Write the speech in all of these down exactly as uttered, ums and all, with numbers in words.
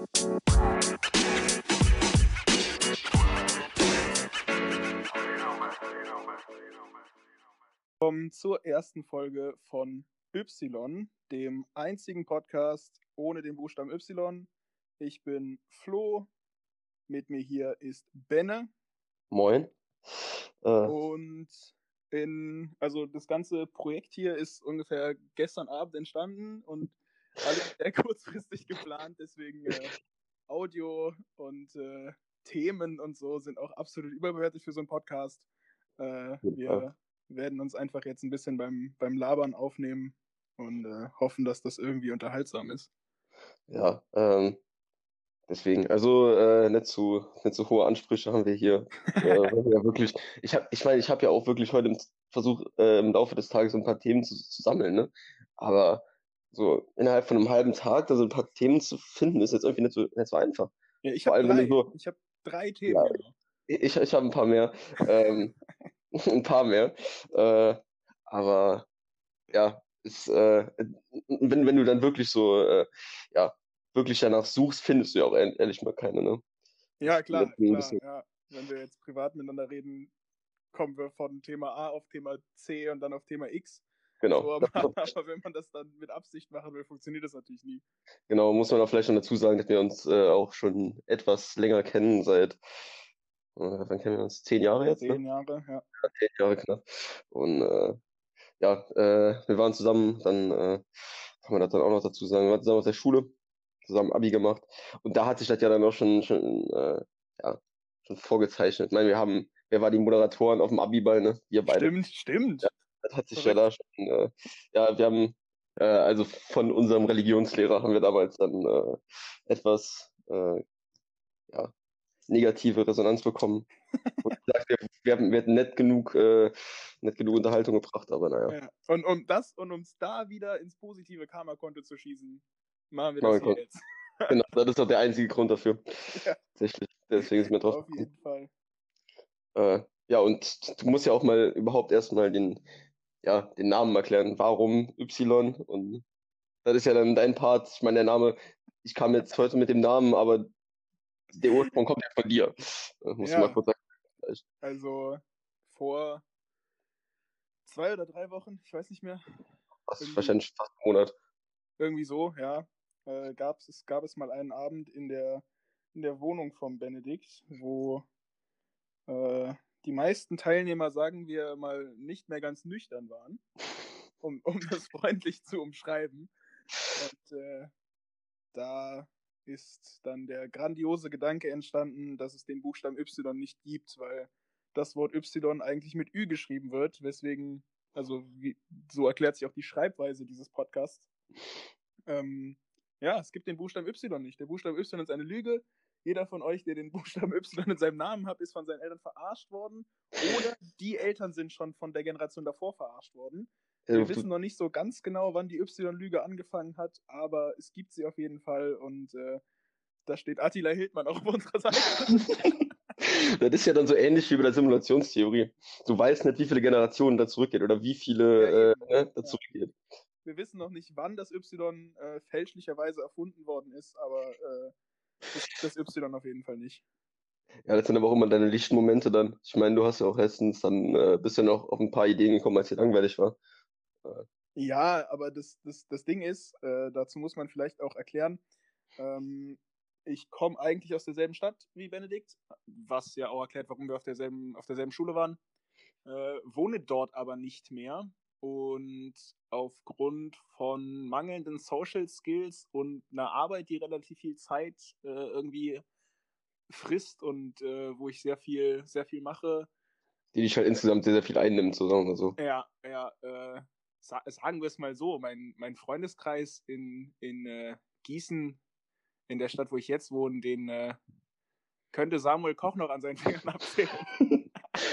Willkommen zur ersten Folge von Y, dem einzigen Podcast ohne den Buchstaben Y. Ich bin Flo, mit mir hier ist Benne. Moin. Äh. Und in, also das ganze Projekt hier ist ungefähr gestern Abend entstanden und alles sehr kurzfristig geplant, deswegen äh, Audio und äh, Themen und so sind auch absolut überbewertet für so einen Podcast. Äh, wir werden uns einfach jetzt ein bisschen beim, beim Labern aufnehmen und äh, hoffen, dass das irgendwie unterhaltsam ist. Ja, ähm, deswegen, also äh, nicht zu, nicht zu hohe Ansprüche haben wir hier. äh, ja wirklich, ich habe, ich meine, ich habe ja auch wirklich heute versucht, äh, im Laufe des Tages so ein paar Themen zu, zu sammeln, ne? Aber so innerhalb von einem halben Tag da so ein paar Themen zu finden, ist jetzt irgendwie nicht so, nicht so einfach. Ja, ich Vor habe allem, drei. wenn du so, Ich habe drei Themen, ja, genau. ich, ich habe ein paar mehr. ähm, ein paar mehr. Äh, aber ja, ist, äh, wenn, wenn du dann wirklich so, äh, ja, wirklich danach suchst, findest du ja auch ehr- ehrlich mal keine, ne? Ja, klar, Ein klar, bisschen, ja. Wenn wir jetzt privat miteinander reden, kommen wir von Thema A auf Thema C und dann auf Thema X. genau. So, aber, aber wenn man das dann mit Absicht machen will, funktioniert das natürlich nie. Genau, muss man auch vielleicht noch dazu sagen, dass wir uns äh, auch schon etwas länger kennen, seit, äh, wann kennen wir uns? Zehn Jahre jetzt, ne? Zehn Jahre, ja. Ja, zehn Jahre knapp. Und äh, ja, äh, wir waren zusammen, dann äh, kann man das dann auch noch dazu sagen, wir waren zusammen aus der Schule, zusammen Abi gemacht. Und da hat sich das ja dann auch schon, schon, äh, ja, schon vorgezeichnet. Ich meine, wir haben, wer war die Moderatoren auf dem Abi-Ball, ne? Wir beide. Stimmt, stimmt. Ja, das hat sich Verrückt. ja da schon, äh, ja, wir haben, äh, also von unserem Religionslehrer haben wir damals dann äh, etwas, äh, ja, negative Resonanz bekommen. Und gesagt, wir, wir, haben, wir hätten nicht genug, äh, nicht genug Unterhaltung gebracht, aber naja. Ja. Und um das und uns da wieder ins positive Karma-Konto zu schießen, machen wir Machen das wir hier jetzt. Genau, das ist doch der einzige Grund dafür. Ja. Tatsächlich. Deswegen ist mir drauf Auf jeden Fall. Äh, ja, und du musst ja auch mal überhaupt erstmal den, ja, den Namen erklären. Warum Y? Und das ist ja dann dein Part. Ich meine, der Name, ich kam jetzt heute mit dem Namen, aber der Ursprung kommt ja von dir. Äh, musst du mal Ja, kurz sagen. also vor zwei oder drei Wochen, ich weiß nicht mehr, Fast, irgendwie, wahrscheinlich fast einen Monat. irgendwie so, ja, äh, gab es gab es mal einen Abend in der, in der Wohnung vom Benedikt, wo äh, die meisten Teilnehmer, sagen wir mal, nicht mehr ganz nüchtern waren, um, um das freundlich zu umschreiben. Und äh, da ist dann der grandiose Gedanke entstanden, dass es den Buchstaben Y nicht gibt, weil das Wort Y eigentlich mit Ü geschrieben wird, weswegen, also wie, so erklärt sich auch die Schreibweise dieses Podcasts. Ähm, ja, es gibt den Buchstaben Y nicht. Der Buchstabe Y ist eine Lüge. Jeder von euch, der den Buchstaben Y in seinem Namen hat, ist von seinen Eltern verarscht worden. Oder die Eltern sind schon von der Generation davor verarscht worden. Ja, Wir du, wissen noch nicht so ganz genau, wann die Y-Lüge angefangen hat, aber es gibt sie auf jeden Fall und äh, da steht Attila Hildmann auch auf unserer Seite. das ist ja dann so ähnlich wie bei der Simulationstheorie. Du weißt nicht, wie viele Generationen da zurückgeht oder wie viele Ja, äh, ne, da ja. zurückgeht. Wir wissen noch nicht, wann das Y äh, fälschlicherweise erfunden worden ist, aber äh, das, das Y auf jeden Fall nicht. Ja, das sind aber auch immer deine Lichtmomente dann. Ich meine, du hast ja auch letztens dann äh, bist ja noch auf ein paar Ideen gekommen, als dir langweilig war. Äh, Ja, aber das, das, das Ding ist, äh, dazu muss man vielleicht auch erklären, ähm, ich komme eigentlich aus derselben Stadt wie Benedikt, was ja auch erklärt, warum wir auf derselben, auf derselben Schule waren, äh, wohne dort aber nicht mehr und aufgrund von mangelnden Social Skills und einer Arbeit, die relativ viel Zeit äh, irgendwie frisst und äh, wo ich sehr viel, sehr viel mache. die dich halt insgesamt sehr, sehr viel einnimmt, so sagen wir so. Ja, ja, äh, sa sagen wir es mal so, mein, mein Freundeskreis in, in äh, Gießen, in der Stadt, wo ich jetzt wohne, den äh, könnte Samuel Koch noch an seinen Fingern abzählen.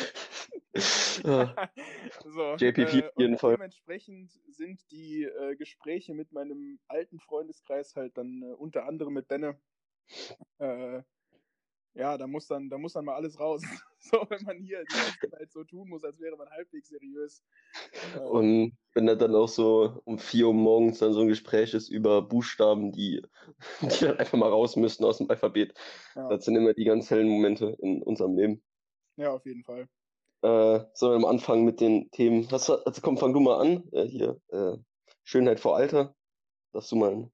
Ja. So, J P P äh, auf jeden und Fall. dementsprechend sind die äh, Gespräche mit meinem alten Freundeskreis halt dann äh, unter anderem mit Benne äh, ja, da muss dann, da muss dann mal alles raus. So, wenn man hier die ganze Zeit so tun muss, als wäre man halbwegs seriös. Äh, Und wenn da dann auch so um vier Uhr morgens dann so ein Gespräch ist über Buchstaben, die, die dann einfach mal raus müssen aus dem Alphabet. ja, Das sind immer die ganz hellen Momente in unserem Leben. ja, auf jeden Fall. Äh, sollen wir am Anfang mit den Themen. Hast du, also komm, fang du mal an. Äh, hier, äh, Schönheit vor Alter. Dass du mal,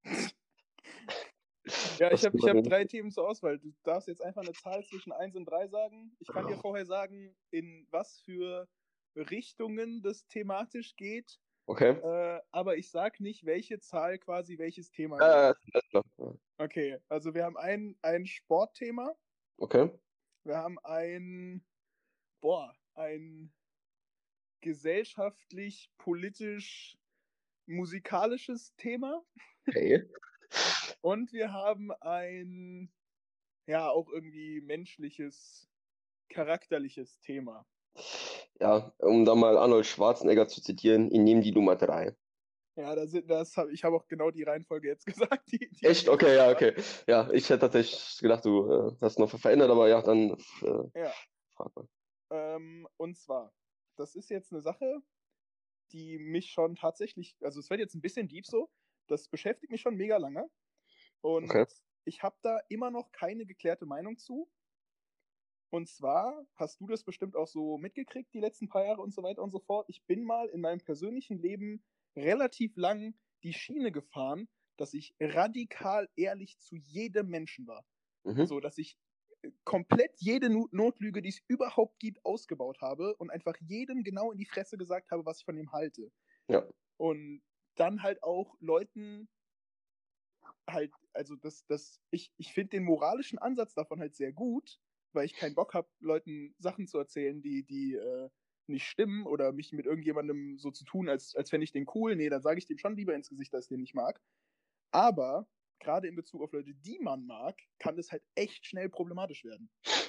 Ja, ich dass habe du ich mal hab den, drei Themen zur Auswahl. Du darfst jetzt einfach eine Zahl zwischen eins und drei sagen. Ich kann dir vorher sagen, in was für Richtungen das thematisch geht. okay. Äh, aber ich sag nicht, welche Zahl quasi welches Thema ist. Äh, alles klar. Okay, also wir haben ein, ein Sportthema. Okay. Wir haben ein, boah, ein gesellschaftlich, politisch, musikalisches Thema. Okay. Und wir haben ein, ja, auch irgendwie menschliches, charakterliches Thema. Ja, um da mal Arnold Schwarzenegger zu zitieren, ich nehme die Nummer drei. Ja, das, das hab, ich habe auch genau die Reihenfolge jetzt gesagt. Die, die Echt? Okay, ja, okay. Ja, ich hätte tatsächlich gedacht, du äh, hast noch verändert, aber ja, dann äh, Ja, frag mal. ähm, und zwar, das ist jetzt eine Sache, die mich schon tatsächlich, also es wird jetzt ein bisschen deep so, das beschäftigt mich schon mega lange und Okay. ich habe da immer noch keine geklärte Meinung zu. Und zwar hast du das bestimmt auch so mitgekriegt, die letzten paar Jahre und so weiter und so fort. Ich bin mal in meinem persönlichen Leben relativ lang die Schiene gefahren, dass ich radikal ehrlich zu jedem Menschen war. Mhm. So, dass ich komplett jede Notlüge, die es überhaupt gibt, ausgebaut habe und einfach jedem genau in die Fresse gesagt habe, was ich von ihm halte. Ja. Und dann halt auch Leuten halt, also das, das, ich, ich finde den moralischen Ansatz davon halt sehr gut, weil ich keinen Bock habe, Leuten Sachen zu erzählen, die, die äh, nicht stimmen oder mich mit irgendjemandem so zu tun, als, als fände ich den cool. Nee, dann sage ich dem schon lieber ins Gesicht, dass ich den nicht mag. Aber gerade in Bezug auf Leute, die man mag, kann das halt echt schnell problematisch werden.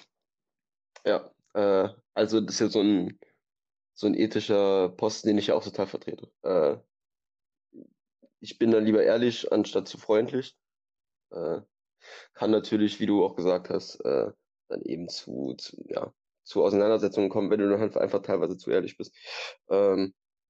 Ja. Äh, also das ist ja so ein so ein ethischer Posten, den ich ja auch total vertrete. Äh, ich bin dann lieber ehrlich, anstatt zu freundlich. Äh, kann natürlich, wie du auch gesagt hast, äh, dann eben zu, zu, ja, zu Auseinandersetzungen kommen, wenn du dann halt einfach teilweise zu ehrlich bist. Ähm,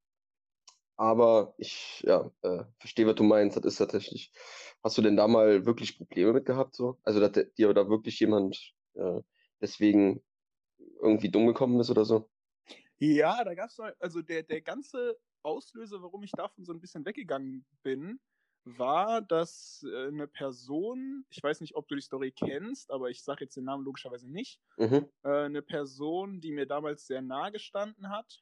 aber ich, ja, äh, verstehe, was du meinst. Das ist tatsächlich. Hast du denn da mal wirklich Probleme mit gehabt, so? Also, dass der- dir da wirklich jemand äh, deswegen irgendwie dumm gekommen ist oder so? Ja, da gab es also der, der ganze Auslöser, warum ich davon so ein bisschen weggegangen bin, war, dass äh, eine Person, ich weiß nicht, ob du die Story kennst, aber ich sage jetzt den Namen logischerweise nicht, Mhm. äh, eine Person, die mir damals sehr nahe gestanden hat,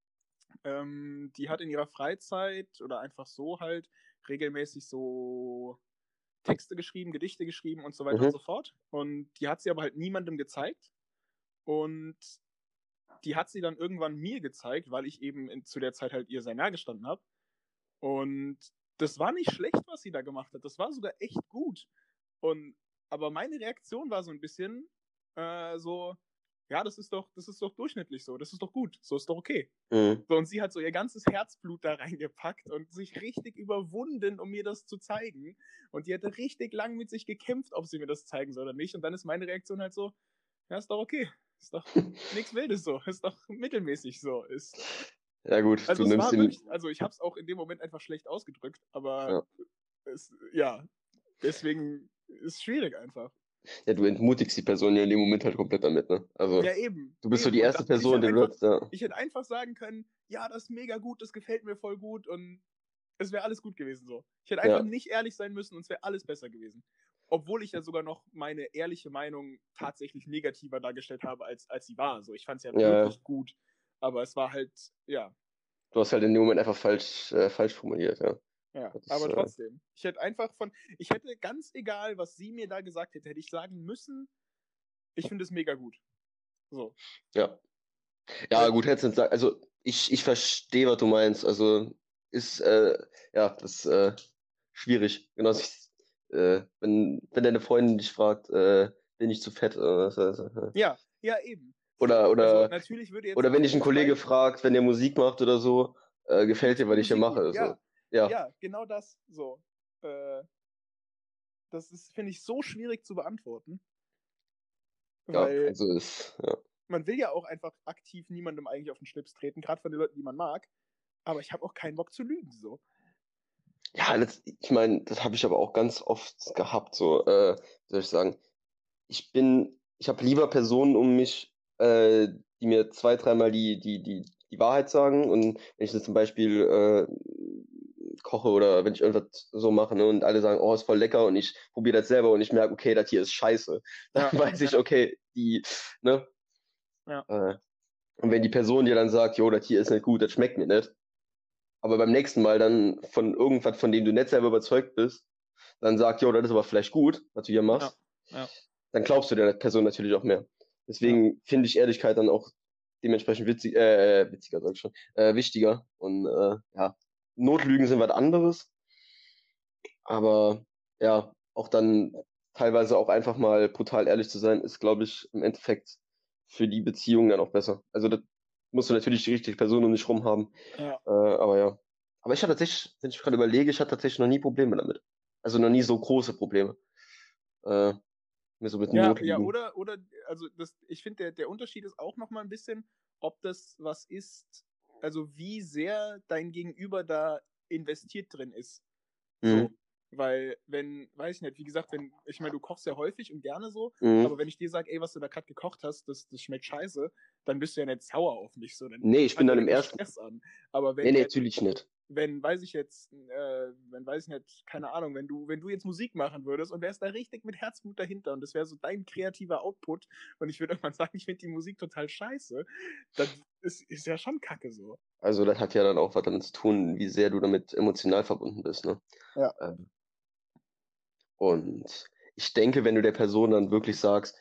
ähm, die hat in ihrer Freizeit oder einfach so halt regelmäßig so Texte geschrieben, Gedichte geschrieben und so weiter und Mhm. so fort. Und die hat sie aber halt niemandem gezeigt. Und die hat sie dann irgendwann mir gezeigt, weil ich eben in, zu der Zeit halt ihr sehr nah gestanden habe. Und das war nicht schlecht, was sie da gemacht hat. Das war sogar echt gut. Und aber meine Reaktion war so ein bisschen äh, so, ja, das ist doch, das ist doch durchschnittlich so, das ist doch gut, so ist doch okay. Mhm. So, und sie hat so ihr ganzes Herzblut da reingepackt und sich richtig überwunden, um mir das zu zeigen. Und die hatte richtig lang mit sich gekämpft, ob sie mir das zeigen soll oder nicht. Und dann ist meine Reaktion halt so, ja, ist doch okay. Ist doch nichts Wildes so. Ist doch mittelmäßig so. Ist, Ja gut, du also es nimmst war ihn. wirklich, also ich habe es auch in dem Moment einfach schlecht ausgedrückt, aber Ja. es, ja, deswegen ist es schwierig einfach. Ja, du entmutigst die Person ja in dem Moment halt komplett damit, ne? Also, Ja, eben, du bist so eben. die Und erste da, ich Person, hätte die du einfach, hast, ja. ich hätte einfach sagen können, ja, das ist mega gut, das gefällt mir voll gut und es wäre alles gut gewesen so. Ich hätte einfach Ja, nicht ehrlich sein müssen und es wäre alles besser gewesen. Obwohl ich ja sogar noch meine ehrliche Meinung tatsächlich negativer dargestellt habe, als, als sie war. So, ich fand es ja ja, ja. wirklich gut, aber es war halt, ja, Du hast halt in dem Moment einfach falsch, äh, falsch formuliert, ja. ja. Das ist, Aber äh, trotzdem, ich hätte einfach von, ich hätte ganz egal, was sie mir da gesagt hätte, hätte ich sagen müssen, ich finde es mega gut. So. ja. Ja, Weil, gut, hättest du nicht sagen. Also, ich, ich verstehe, was du meinst. Also, ist, äh, ja, das ist äh, schwierig. Genau, äh, wenn, wenn deine Freundin dich fragt, äh, bin ich zu fett? Äh, das heißt, äh, ja, ja, eben. So, oder, also oder, natürlich würde jetzt oder wenn dich ein kein Kollege zwei, fragt, wenn der Musik macht oder so, äh, gefällt findest dir, du die was ich hier Musik gut? mache. So. Ja, Ja, ja, genau das. So. Äh, das ist, finde ich, so schwierig zu beantworten. Ja, Weil also ist, ja. man will ja auch einfach aktiv niemandem eigentlich auf den Schlips treten, gerade von den Leuten, die man mag. Aber ich habe auch keinen Bock zu lügen, so. Ja, das, ich meine, das habe ich aber auch ganz oft gehabt, so, äh, wie soll ich sagen, ich bin, ich habe lieber Personen um mich, äh, die mir zwei, dreimal die, die, die, die Wahrheit sagen. Und wenn ich jetzt zum Beispiel äh, koche oder wenn ich irgendwas so mache, ne, und alle sagen, oh, ist voll lecker, und ich probiere das selber und ich merke, okay, das hier ist scheiße, dann Ja, weiß ich, okay, die, ne, ja, äh, und wenn die Person dir dann sagt, jo, das hier ist nicht gut, das schmeckt mir nicht, aber beim nächsten Mal dann von irgendwas, von dem du nicht selber überzeugt bist, dann sagt, jo, das ist aber vielleicht gut, was du hier ja, machst, ja, dann glaubst du der Person natürlich auch mehr. ja. Deswegen finde ich Ehrlichkeit dann auch dementsprechend witzig, äh, witziger, sag ich schon, äh, wichtiger. Und äh, ja, Notlügen sind was anderes, aber ja, auch dann teilweise auch einfach mal brutal ehrlich zu sein, ist, glaube ich, im Endeffekt für die Beziehung dann auch besser. Also das musst du natürlich die richtige Person um dich rum haben. Ja, Äh, aber ja. Aber ich hatte tatsächlich, wenn ich gerade überlege, ich hatte tatsächlich noch nie Probleme damit. Also noch nie so große Probleme. Äh, mir so mit ja, ja, Notlügen. oder, oder, also das, ich finde, der, der Unterschied ist auch nochmal ein bisschen, ob das was ist, also wie sehr dein Gegenüber da investiert drin ist. So. Mhm. Weil, wenn, weiß ich nicht, wie gesagt, wenn, ich meine, du kochst ja häufig und gerne so, aber Mhm. wenn ich dir sage, ey, was du da gerade gekocht hast, das, das schmeckt scheiße, dann bist du ja nicht sauer auf mich, so, dann Nee, ich bin fangen wir dann nicht im mit ersten. Stress an. Aber Nee, wenn nee, jetzt, natürlich nicht. wenn, weiß ich jetzt, äh, wenn, weiß ich nicht, keine Ahnung, wenn du, wenn du jetzt Musik machen würdest und wärst da richtig mit Herzblut dahinter und das wäre so dein kreativer Output und ich würde irgendwann sagen, ich finde die Musik total scheiße, dann ist, ist ja schon kacke so. Also das hat ja dann auch was damit zu tun, wie sehr du damit emotional verbunden bist, ne? Ja. Ähm, Und ich denke, wenn du der Person dann wirklich sagst,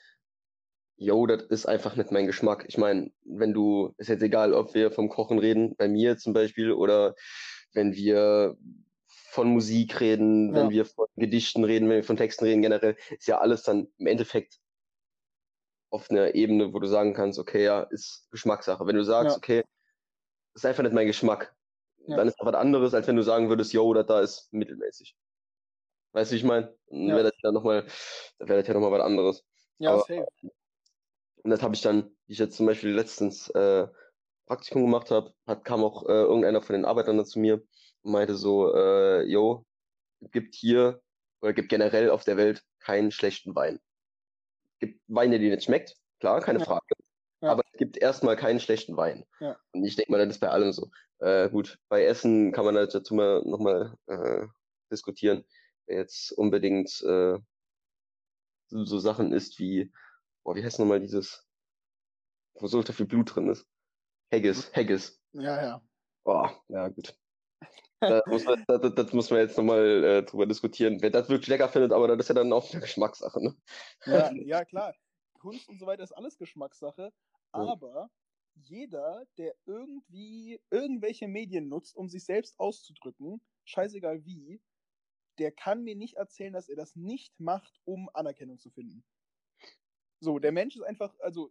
yo, das ist einfach nicht mein Geschmack. Ich meine, wenn du, ist jetzt egal, ob wir vom Kochen reden, bei mir zum Beispiel, oder wenn wir von Musik reden, wenn Ja, wir von Gedichten reden, wenn wir von Texten reden, generell, ist ja alles dann im Endeffekt auf einer Ebene, wo du sagen kannst, okay, ja, ist Geschmackssache. Wenn du sagst, ja, okay, das ist einfach nicht mein Geschmack, ja, dann ist das was anderes, als wenn du sagen würdest, yo, das da ist mittelmäßig. Weißt du, wie ich meine? Dann ja, wäre das ja nochmal, dann wäre das ja nochmal was anderes. ja, Aber safe. und das habe ich dann, wie ich jetzt zum Beispiel letztens äh, Praktikum gemacht habe, hat, kam auch äh, irgendeiner von den Arbeitern dann zu mir und meinte so, äh, yo, es gibt hier oder gibt generell auf der Welt keinen schlechten Wein. Es gibt Weine, die nicht schmeckt, klar, keine Ja, Frage, ja, aber es gibt erstmal keinen schlechten Wein. ja. Und ich denke mal, das ist bei allem so. Äh, gut, bei Essen kann man halt dazu mal nochmal äh, diskutieren, wer jetzt unbedingt äh, so, so Sachen isst wie, boah, wie heißt nochmal dieses, wo so viel Blut drin ist? Haggis, Haggis. Ja, ja. Oh, ja, gut. Da muss man, das, das das muss man jetzt nochmal äh, drüber diskutieren, wer das wirklich lecker findet, aber das ist ja dann auch eine Geschmackssache, ne? Ja, ja, klar. Kunst und so weiter ist alles Geschmackssache, Ja. aber jeder, der irgendwie irgendwelche Medien nutzt, um sich selbst auszudrücken, scheißegal wie, der kann mir nicht erzählen, dass er das nicht macht, um Anerkennung zu finden. So, der Mensch ist einfach, also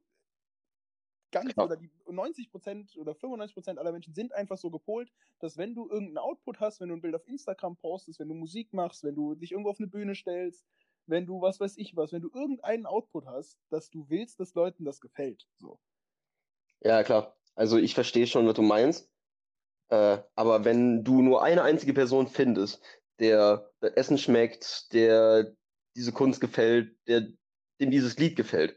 ganz, Klar. oder die neunzig Prozent oder fünfundneunzig Prozent aller Menschen sind einfach so gepolt, dass wenn du irgendeinen Output hast, wenn du ein Bild auf Instagram postest, wenn du Musik machst, wenn du dich irgendwo auf eine Bühne stellst, wenn du was weiß ich was, wenn du irgendeinen Output hast, dass du willst, dass Leuten das gefällt. So. Ja, klar. Also ich verstehe schon, was du meinst. Äh, aber wenn du nur eine einzige Person findest, der das Essen schmeckt, der diese Kunst gefällt, der dem dieses Lied gefällt,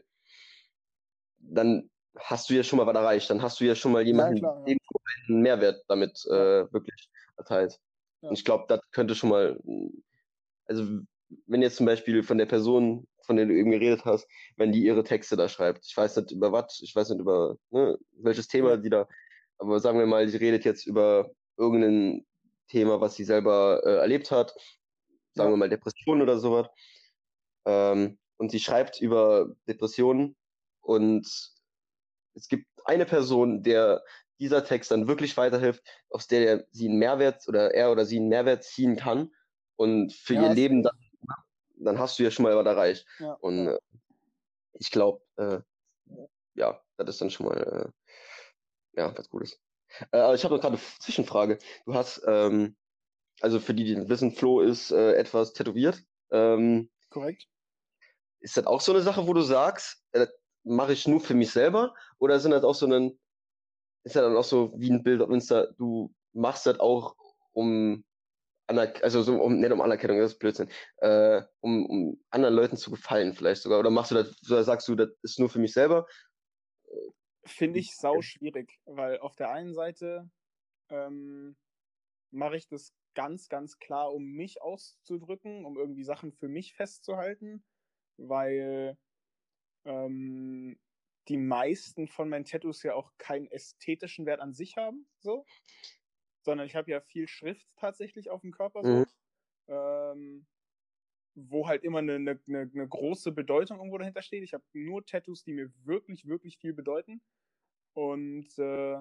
dann hast du ja schon mal was erreicht. Dann hast du ja schon mal Ja, jemanden, klar, ja. dem du einen Mehrwert damit Ja, äh, wirklich erteilt. Und ja, ich glaube, das könnte schon mal, also wenn jetzt zum Beispiel von der Person, von der du eben geredet hast, wenn die ihre Texte da schreibt, ich weiß nicht über was, ich weiß nicht über ne, welches Thema ja, die da, aber sagen wir mal, sie redet jetzt über irgendein Thema, was sie selber äh, erlebt hat, sagen ja, wir mal Depressionen oder sowas, ähm, und sie schreibt über Depressionen und es gibt eine Person, der dieser Text dann wirklich weiterhilft, aus der sie einen Mehrwert oder er oder sie einen Mehrwert ziehen kann und für ihr ja, Leben safe. dann, dann hast du ja schon mal was erreicht. Ja, Und ja, äh, ich glaube, äh, ja, das ist dann schon mal äh, ja, was Gutes. Äh, aber ich habe noch gerade eine Zwischenfrage. Du hast, ähm, also für die, die nicht wissen, Flo ist äh, etwas tätowiert. Ähm, korrekt. ist das auch so eine Sache, wo du sagst, äh, mache ich nur für mich selber oder sind das auch so ein, ist ja dann auch so wie ein Bild auf Insta, du machst das auch um Anerk also so um, nicht um Anerkennung, das ist Blödsinn, äh, um, um anderen Leuten zu gefallen vielleicht sogar. Oder machst du das, oder sagst du, das ist nur für mich selber? Finde ich sau schwierig, weil auf der einen Seite ähm, mache ich das ganz, ganz klar, um mich auszudrücken, um irgendwie Sachen für mich festzuhalten, weil ähm, die meisten von meinen Tattoos ja auch keinen ästhetischen Wert an sich haben, so, sondern ich habe ja viel Schrift tatsächlich auf dem Körper, so, Mhm. ähm, wo halt immer eine, eine, eine große Bedeutung irgendwo dahinter steht. Ich habe nur Tattoos, die mir wirklich, wirklich viel bedeuten. Und äh,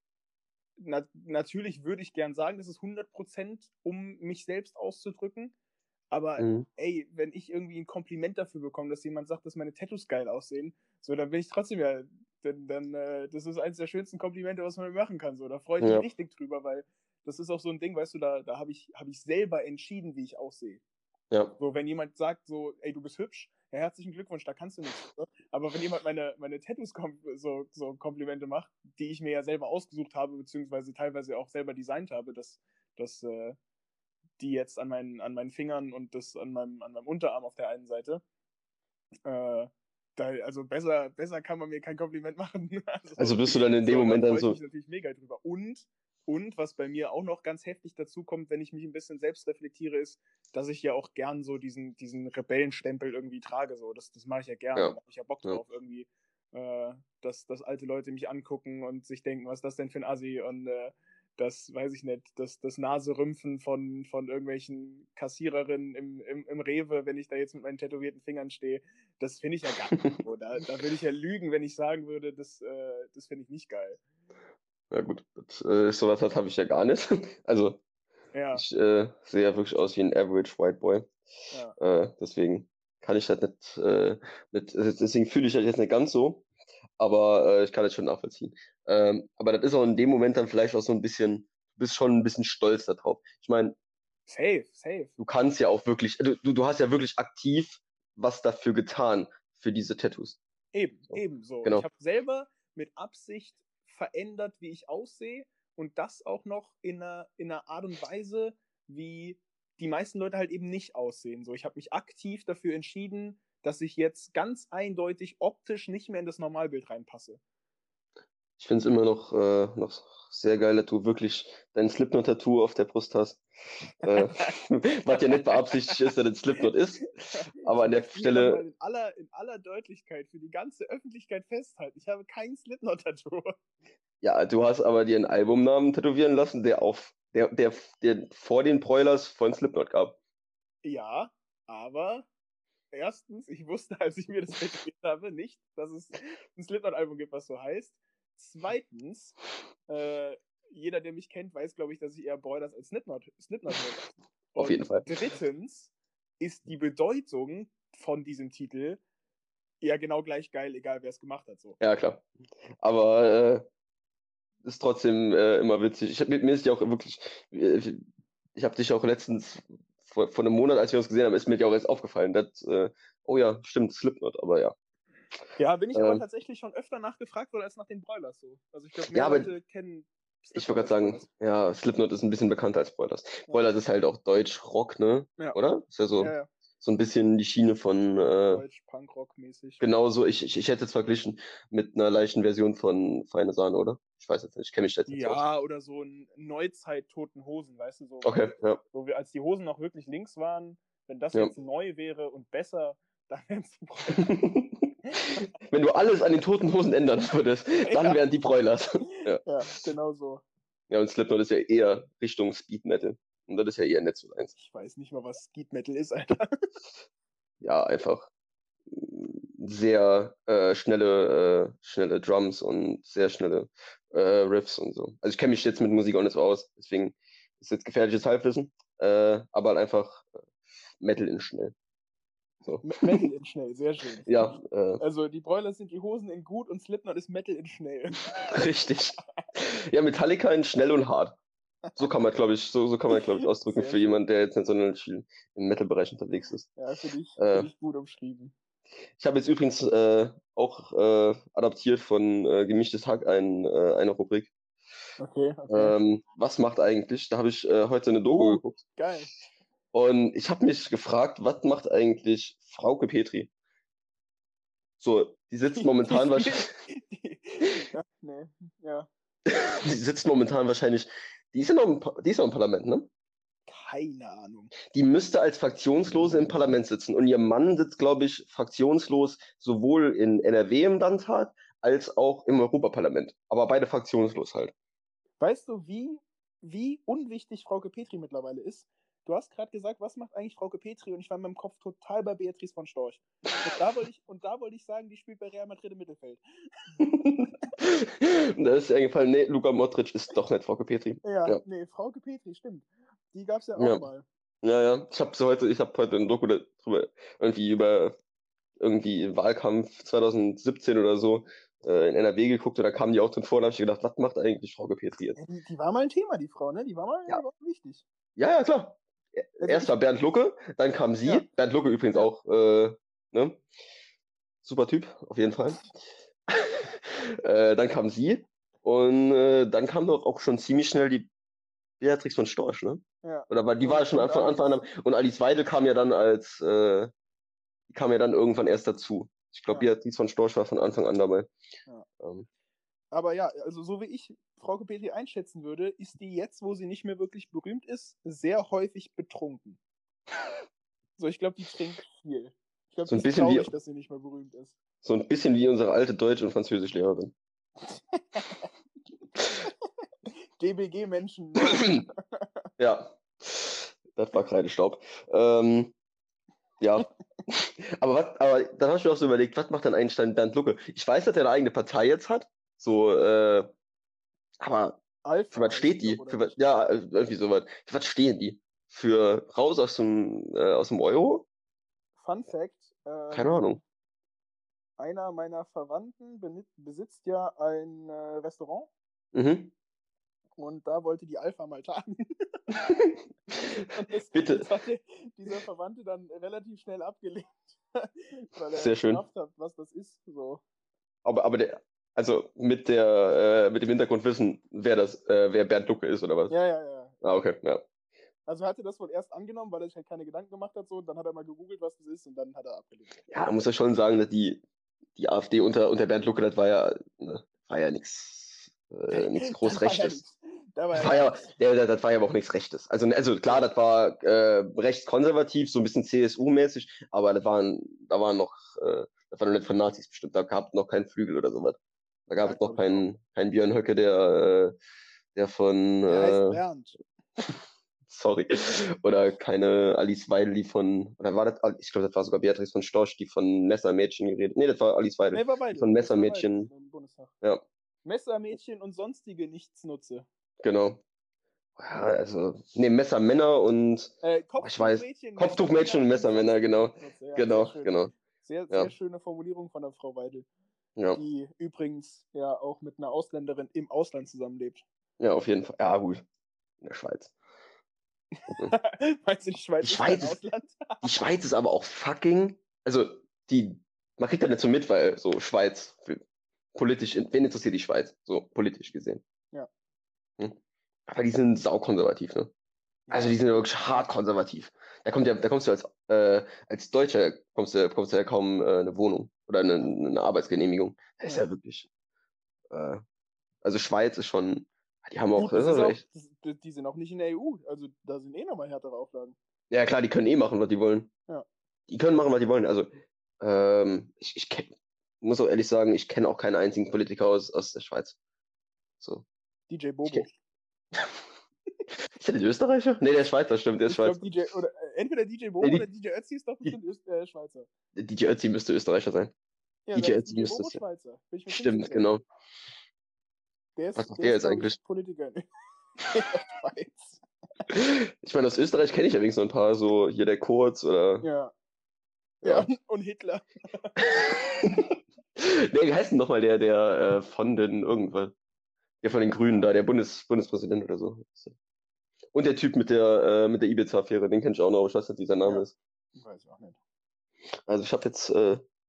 na, natürlich würde ich gern sagen, das ist hundert Prozent, um mich selbst auszudrücken. Aber Mhm. ey, wenn ich irgendwie ein Kompliment dafür bekomme, dass jemand sagt, dass meine Tattoos geil aussehen, so, dann bin ich trotzdem ja, dann, dann äh, das ist eines der schönsten Komplimente, was man mir machen kann. So, da freue ich mich Ja, richtig drüber, weil das ist auch so ein Ding, weißt du, da, da habe ich, hab ich selber entschieden, wie ich aussehe. ja. So, wenn jemand sagt, so, ey, du bist hübsch, ja, herzlichen Glückwunsch, da kannst du nichts für. Aber wenn jemand meine, meine Tattoos kom so, so Komplimente macht, die ich mir ja selber ausgesucht habe, beziehungsweise teilweise auch selber designt habe, dass, dass äh, die jetzt an meinen, an meinen Fingern und das an meinem, an meinem Unterarm auf der einen Seite, äh, da, also besser, besser kann man mir kein Kompliment machen. Also Also, bist du dann in dem so, da Moment dann freue ich so, mich natürlich mega drüber. Und, und was bei mir auch noch ganz heftig dazu kommt, wenn ich mich ein bisschen selbst reflektiere, ist, dass ich ja auch gern so diesen, diesen Rebellenstempel irgendwie trage. So. Das, das mache ich ja gern. ja, Da habe ich ja Bock ja. drauf, irgendwie, äh, dass, dass alte Leute mich angucken und sich denken, was ist das denn für ein Assi? Und äh, das, weiß ich nicht, das, das Naserümpfen von, von irgendwelchen Kassiererinnen im, im, im Rewe, wenn ich da jetzt mit meinen tätowierten Fingern stehe, das finde ich ja gar nicht so. Da, da würde ich ja lügen, wenn ich sagen würde, das, äh, das finde ich nicht geil. Ja gut, das, äh, sowas das habe ich ja gar nicht. Also Ja, ich äh, sehe ja wirklich aus wie ein Average White Boy. ja. Äh, deswegen kann ich das nicht, äh, nicht deswegen fühle ich das jetzt nicht ganz so, aber äh, ich kann das schon nachvollziehen. Ähm, aber das ist auch in dem Moment dann vielleicht auch so ein bisschen, du bist schon ein bisschen stolz darauf. Ich meine, Safe, safe. du kannst ja auch wirklich, du, du du hast ja wirklich aktiv was dafür getan, für diese Tattoos. Eben, So, ebenso. Ich genau. habe selber mit Absicht verändert, wie ich aussehe und das auch noch in einer, in einer Art und Weise, wie die meisten Leute halt eben nicht aussehen. So, ich habe mich aktiv dafür entschieden, dass ich jetzt ganz eindeutig optisch nicht mehr in das Normalbild reinpasse. Ich finde es immer noch, äh, noch sehr geil, dass du wirklich dein Slipknot-Tattoo auf der Brust hast. Äh, was ja nicht beabsichtigt ist, dass es Slipknot ist. Aber Ich an der möchte hier Stelle, nochmal in aller, in aller Deutlichkeit für die ganze Öffentlichkeit festhalten. Ich habe kein Slipknot-Tattoo. ja, du hast aber dir einen Albumnamen tätowieren lassen, der auf, der, der, der vor den Broilers von Slipknot gab. Ja, aber erstens, ich wusste, als ich mir das tätowiert habe, nicht, dass es ein Slipknot-Album gibt, was so heißt. Zweitens, äh, jeder, der mich kennt, weiß, glaube ich, dass ich eher Broilers als Slipknot, Slipknot höre. Auf jeden Und Fall. drittens ist die Bedeutung von diesem Titel ja genau gleich geil, egal wer es gemacht hat. So. Ja, klar. Aber äh, ist trotzdem äh, immer witzig. Ich hab, mir ist ja auch wirklich, äh, ich habe dich auch letztens vor, vor einem Monat, als wir uns gesehen haben, ist mir ja auch erst aufgefallen, dass, äh, oh ja, stimmt, Slipknot, aber ja. Ja, bin ich aber Äh, tatsächlich schon öfter nachgefragt worden als nach den Broilers so. Also ich glaube, ja, mehr aber Leute kennen ich wollte Slipknot gerade als sagen, Broilers. ja, Slipknot ist ein bisschen bekannter als Broilers. Ja, Broilers ist halt auch Deutsch-Rock, ne? ja, Oder? Ist ja ja, so, ja. so ein bisschen die Schiene von, äh, Deutsch, Punkrock-mäßig. genauso, ich, ich, ich hätte es verglichen mit einer leichten Version von Feine Sahne, oder? Ich weiß jetzt nicht, ich kenne mich jetzt nicht so aus. Ja, oder so ein Neuzeit-Toten Hosen, weißt du, so, Okay, ja, so wie als die Hosen noch wirklich links waren, wenn das ja. jetzt neu wäre und besser, dann wären es die Broilers. Wenn du alles an den Toten Hosen ändern würdest, dann Ja, wären die Broilers. Ja. ja, genau so. Ja, und Slipknot ist ja eher Richtung Speed Metal. Und das ist ja eher nicht so eins. Ich weiß nicht mal, was Skeet Metal ist, Alter. Ja, einfach sehr äh, schnelle, äh, schnelle Drums und sehr schnelle äh, Riffs und so. Also ich kenne mich jetzt mit Musik auch nicht so aus, deswegen ist jetzt gefährliches Halbwissen, äh, aber halt einfach äh, Metal in schnell. So. Metal in schnell, sehr schön. Ja, äh, Also die Broilers sind die Hosen in gut und Slipknot ist Metal in schnell. richtig. Ja, Metallica in schnell und hart. So kann man, glaube ich, so, so kann man, glaube ich, ausdrücken Sehr für schön. jemanden, der jetzt nicht so viel im Metal-Bereich unterwegs ist. Ja, finde ich, Äh, find ich gut umschrieben. Ich habe jetzt übrigens äh, auch äh, adaptiert von äh, Gemischtes Hack ein, äh, eine Rubrik. Okay, okay. Ähm, was macht eigentlich? Da habe ich äh, heute eine Doku Uh, geguckt. geil. Und ich habe mich gefragt, was macht eigentlich Frauke Petri? So, die sitzt Die, die momentan spielt. wahrscheinlich, Die, ja, nee, ja. die sitzt momentan wahrscheinlich, die ist ja noch im, Pa- die ist noch im Parlament, ne? Keine Ahnung. Die müsste als Fraktionslose im Parlament sitzen. Und ihr Mann sitzt, glaube ich, fraktionslos sowohl in N R W im Landtag als auch im Europaparlament. Aber beide fraktionslos halt. Weißt du, wie, wie unwichtig Frauke Petri mittlerweile ist? Du hast gerade gesagt, was macht eigentlich Frauke Petri? Und ich war in meinem Kopf total bei Beatrice von Storch. Und da wollte ich, und da wollte ich sagen, die spielt bei Real Madrid im Mittelfeld. Und da ist dir eingefallen, nee, Luka Modric ist doch nicht Frauke Petri. Ja, Ja, nee, Frauke Petri, stimmt. Die gab es ja auch ja, mal. ja, ja. Ich habe heute, ich habe heute ein Doku darüber, irgendwie über irgendwie Wahlkampf zwanzig siebzehn oder so äh, in N R W geguckt und da kamen die auch drin vor und habe ich gedacht, was macht eigentlich Frauke Petri Ja, jetzt? die, die war mal ein Thema, die Frau, ne? Die war mal, Ja, die war wichtig. ja, ja, klar. Also Erst ich, war Bernd Lucke, dann kam ja, sie. Bernd Lucke übrigens ja. auch, äh, ne? Super Typ, auf jeden Fall. äh, dann kam sie und äh, dann kam doch auch schon ziemlich schnell die Beatrix von Storch, ne? Ja. Oder war, die Und, war schon und von Anfang Alice. an. Und Alice Weidel kam ja dann als, äh, die kam ja dann irgendwann erst dazu. Ich glaube, Ja, Beatrix von Storch war von Anfang an dabei. ja. Ähm, Aber ja, also so wie ich Frauke Petri einschätzen würde, ist die jetzt, wo sie nicht mehr wirklich berühmt ist, sehr häufig betrunken. So, ich glaube, die trinkt viel. Ich glaube, so die ein ist bisschen wie, traurig, dass sie nicht mehr berühmt ist. so ein bisschen wie unsere alte Deutsch- und Französischlehrerin. D B G-Menschen. Ja, das war Kreidestaub. Ähm, ja, aber was, aber dann habe ich mir auch so überlegt, was macht denn Einstein Bernd Lucke? Ich weiß, dass er eine eigene Partei jetzt hat, so, äh, aber für Alpha was heißt steht die doch, die? oder Für was, nicht? ja, äh, irgendwie sowas. Für was stehen die? Für raus aus dem, äh, aus dem Euro? Fun Fact: Keine ähm, Ahnung. Einer meiner Verwandten besitzt ja ein äh, Restaurant Mhm. und da wollte die Alpha mal tagen. Und das, Bitte, das hat der, dieser Verwandte dann relativ schnell abgelehnt, weil er sehr nicht schön. gerafft hat, was das ist. So. Aber, aber der, also mit der, äh, mit dem Hintergrundwissen, wer das, äh, wer Bernd Lucke ist oder was? Ja, ja, ja. Ah, okay, ja. Also er hatte das wohl erst angenommen, weil er sich halt keine Gedanken gemacht hat. So. Und dann hat er mal gegoogelt, was das ist, und dann hat er abgelehnt. Ja, da muss er schon sagen, dass die, die AfD unter, unter Bernd Lucke, das war ja, ne, war ja nichts, äh, nichts groß Da war ja Rechtes. nichts. Da war Das ja war gar ja, nichts. der, der, das war ja aber auch nichts Rechtes. Also, also klar, das war äh, rechtskonservativ, so ein bisschen C S U-mäßig, aber das waren, da waren noch, äh, das war noch nicht von Nazis bestimmt, da gab es noch keinen Flügel oder sowas. Da gab Ja, es noch glaube ich auch. keinen, keinen Björn Höcke, der, äh, der von, Der heißt äh, Bernd. sorry, oder keine Alice Weidel, die von, oder war das, ich glaube, das war sogar Beatrice von Storch, die von Messermädchen geredet. Nee, das war Alice Weidel, Nee, war die Weidel. von Das war Weidel Messermädchen, im Bundestag. ja, Messermädchen und sonstige Nichtsnutze. genau. Ja, also, nee, Messermänner und, Äh, oh, ich weiß, Kopftuchmädchen, Kopftuchmädchen und Messermänner Messermänner, und sonstige genau, Nichtsnutze. Ja, genau, sehr schön. genau, Sehr, sehr ja, schöne Formulierung von der Frau Weidel, ja, die übrigens ja auch mit einer Ausländerin im Ausland zusammenlebt. ja, auf jeden Fall, ja, gut, in der Schweiz. Mhm. Meinst du, die Schweiz Die ist kein Schweiz ist, Ausland? die Schweiz ist aber auch fucking, also, die, man kriegt da nicht so mit, weil so Schweiz, politisch, wen interessiert die Schweiz, so politisch gesehen. Ja. Hm? Aber die sind saukonservativ, ne? Also Ja, die sind ja wirklich hart konservativ. Da kommt ja, da kommst du als, äh, als Deutscher kommst du, kommst du ja kaum äh, eine Wohnung oder eine, eine Arbeitsgenehmigung. Das ist ja. ja wirklich. Äh, also Schweiz ist schon, die haben auch, Gut, das das ist ist auch, echt. das, die sind auch nicht in der E U. Also da sind eh nochmal härtere Auflagen. Ja klar, die können eh machen, was die wollen. Ja. Die können machen, was die wollen. Also ähm, ich, ich kenn, muss auch ehrlich sagen, ich kenne auch keinen einzigen Politiker aus, aus der Schweiz. So. D J Ich Bobo. kenn, ist der nicht Österreicher? Nee, der ist Schweizer, stimmt, der ist Ich glaube, Schweizer. D J, oder äh, entweder D J Bobo Nee, oder die, D J Ötzi ist doch bestimmt Öst, äh, Schweizer. D J Ötzi müsste Österreicher sein. Ja, dann D J ist Ötzi D J müsste Bobo es sein. Schweizer. Bin ich mir ziemlich Stimmt, sicher. genau. Der Was ist, macht der der ist jetzt glaube eigentlich? ich, Politiker in der Schweiz. Ich meine, aus Österreich kenne ich ja wenigstens noch ein paar, so hier der Kurz oder. Ja. Ja. Ja, und Hitler. Nee, wie heißt denn nochmal der, der äh, von den irgendwas? Der von den Grünen da, der Bundes, Bundespräsident oder so. Und der Typ mit der, äh, mit der Ibiza-Affäre, den kenn ich auch noch, aber ich weiß nicht, wie sein Name Ja, ist. weiß ich auch nicht. Also ich habe jetzt, äh,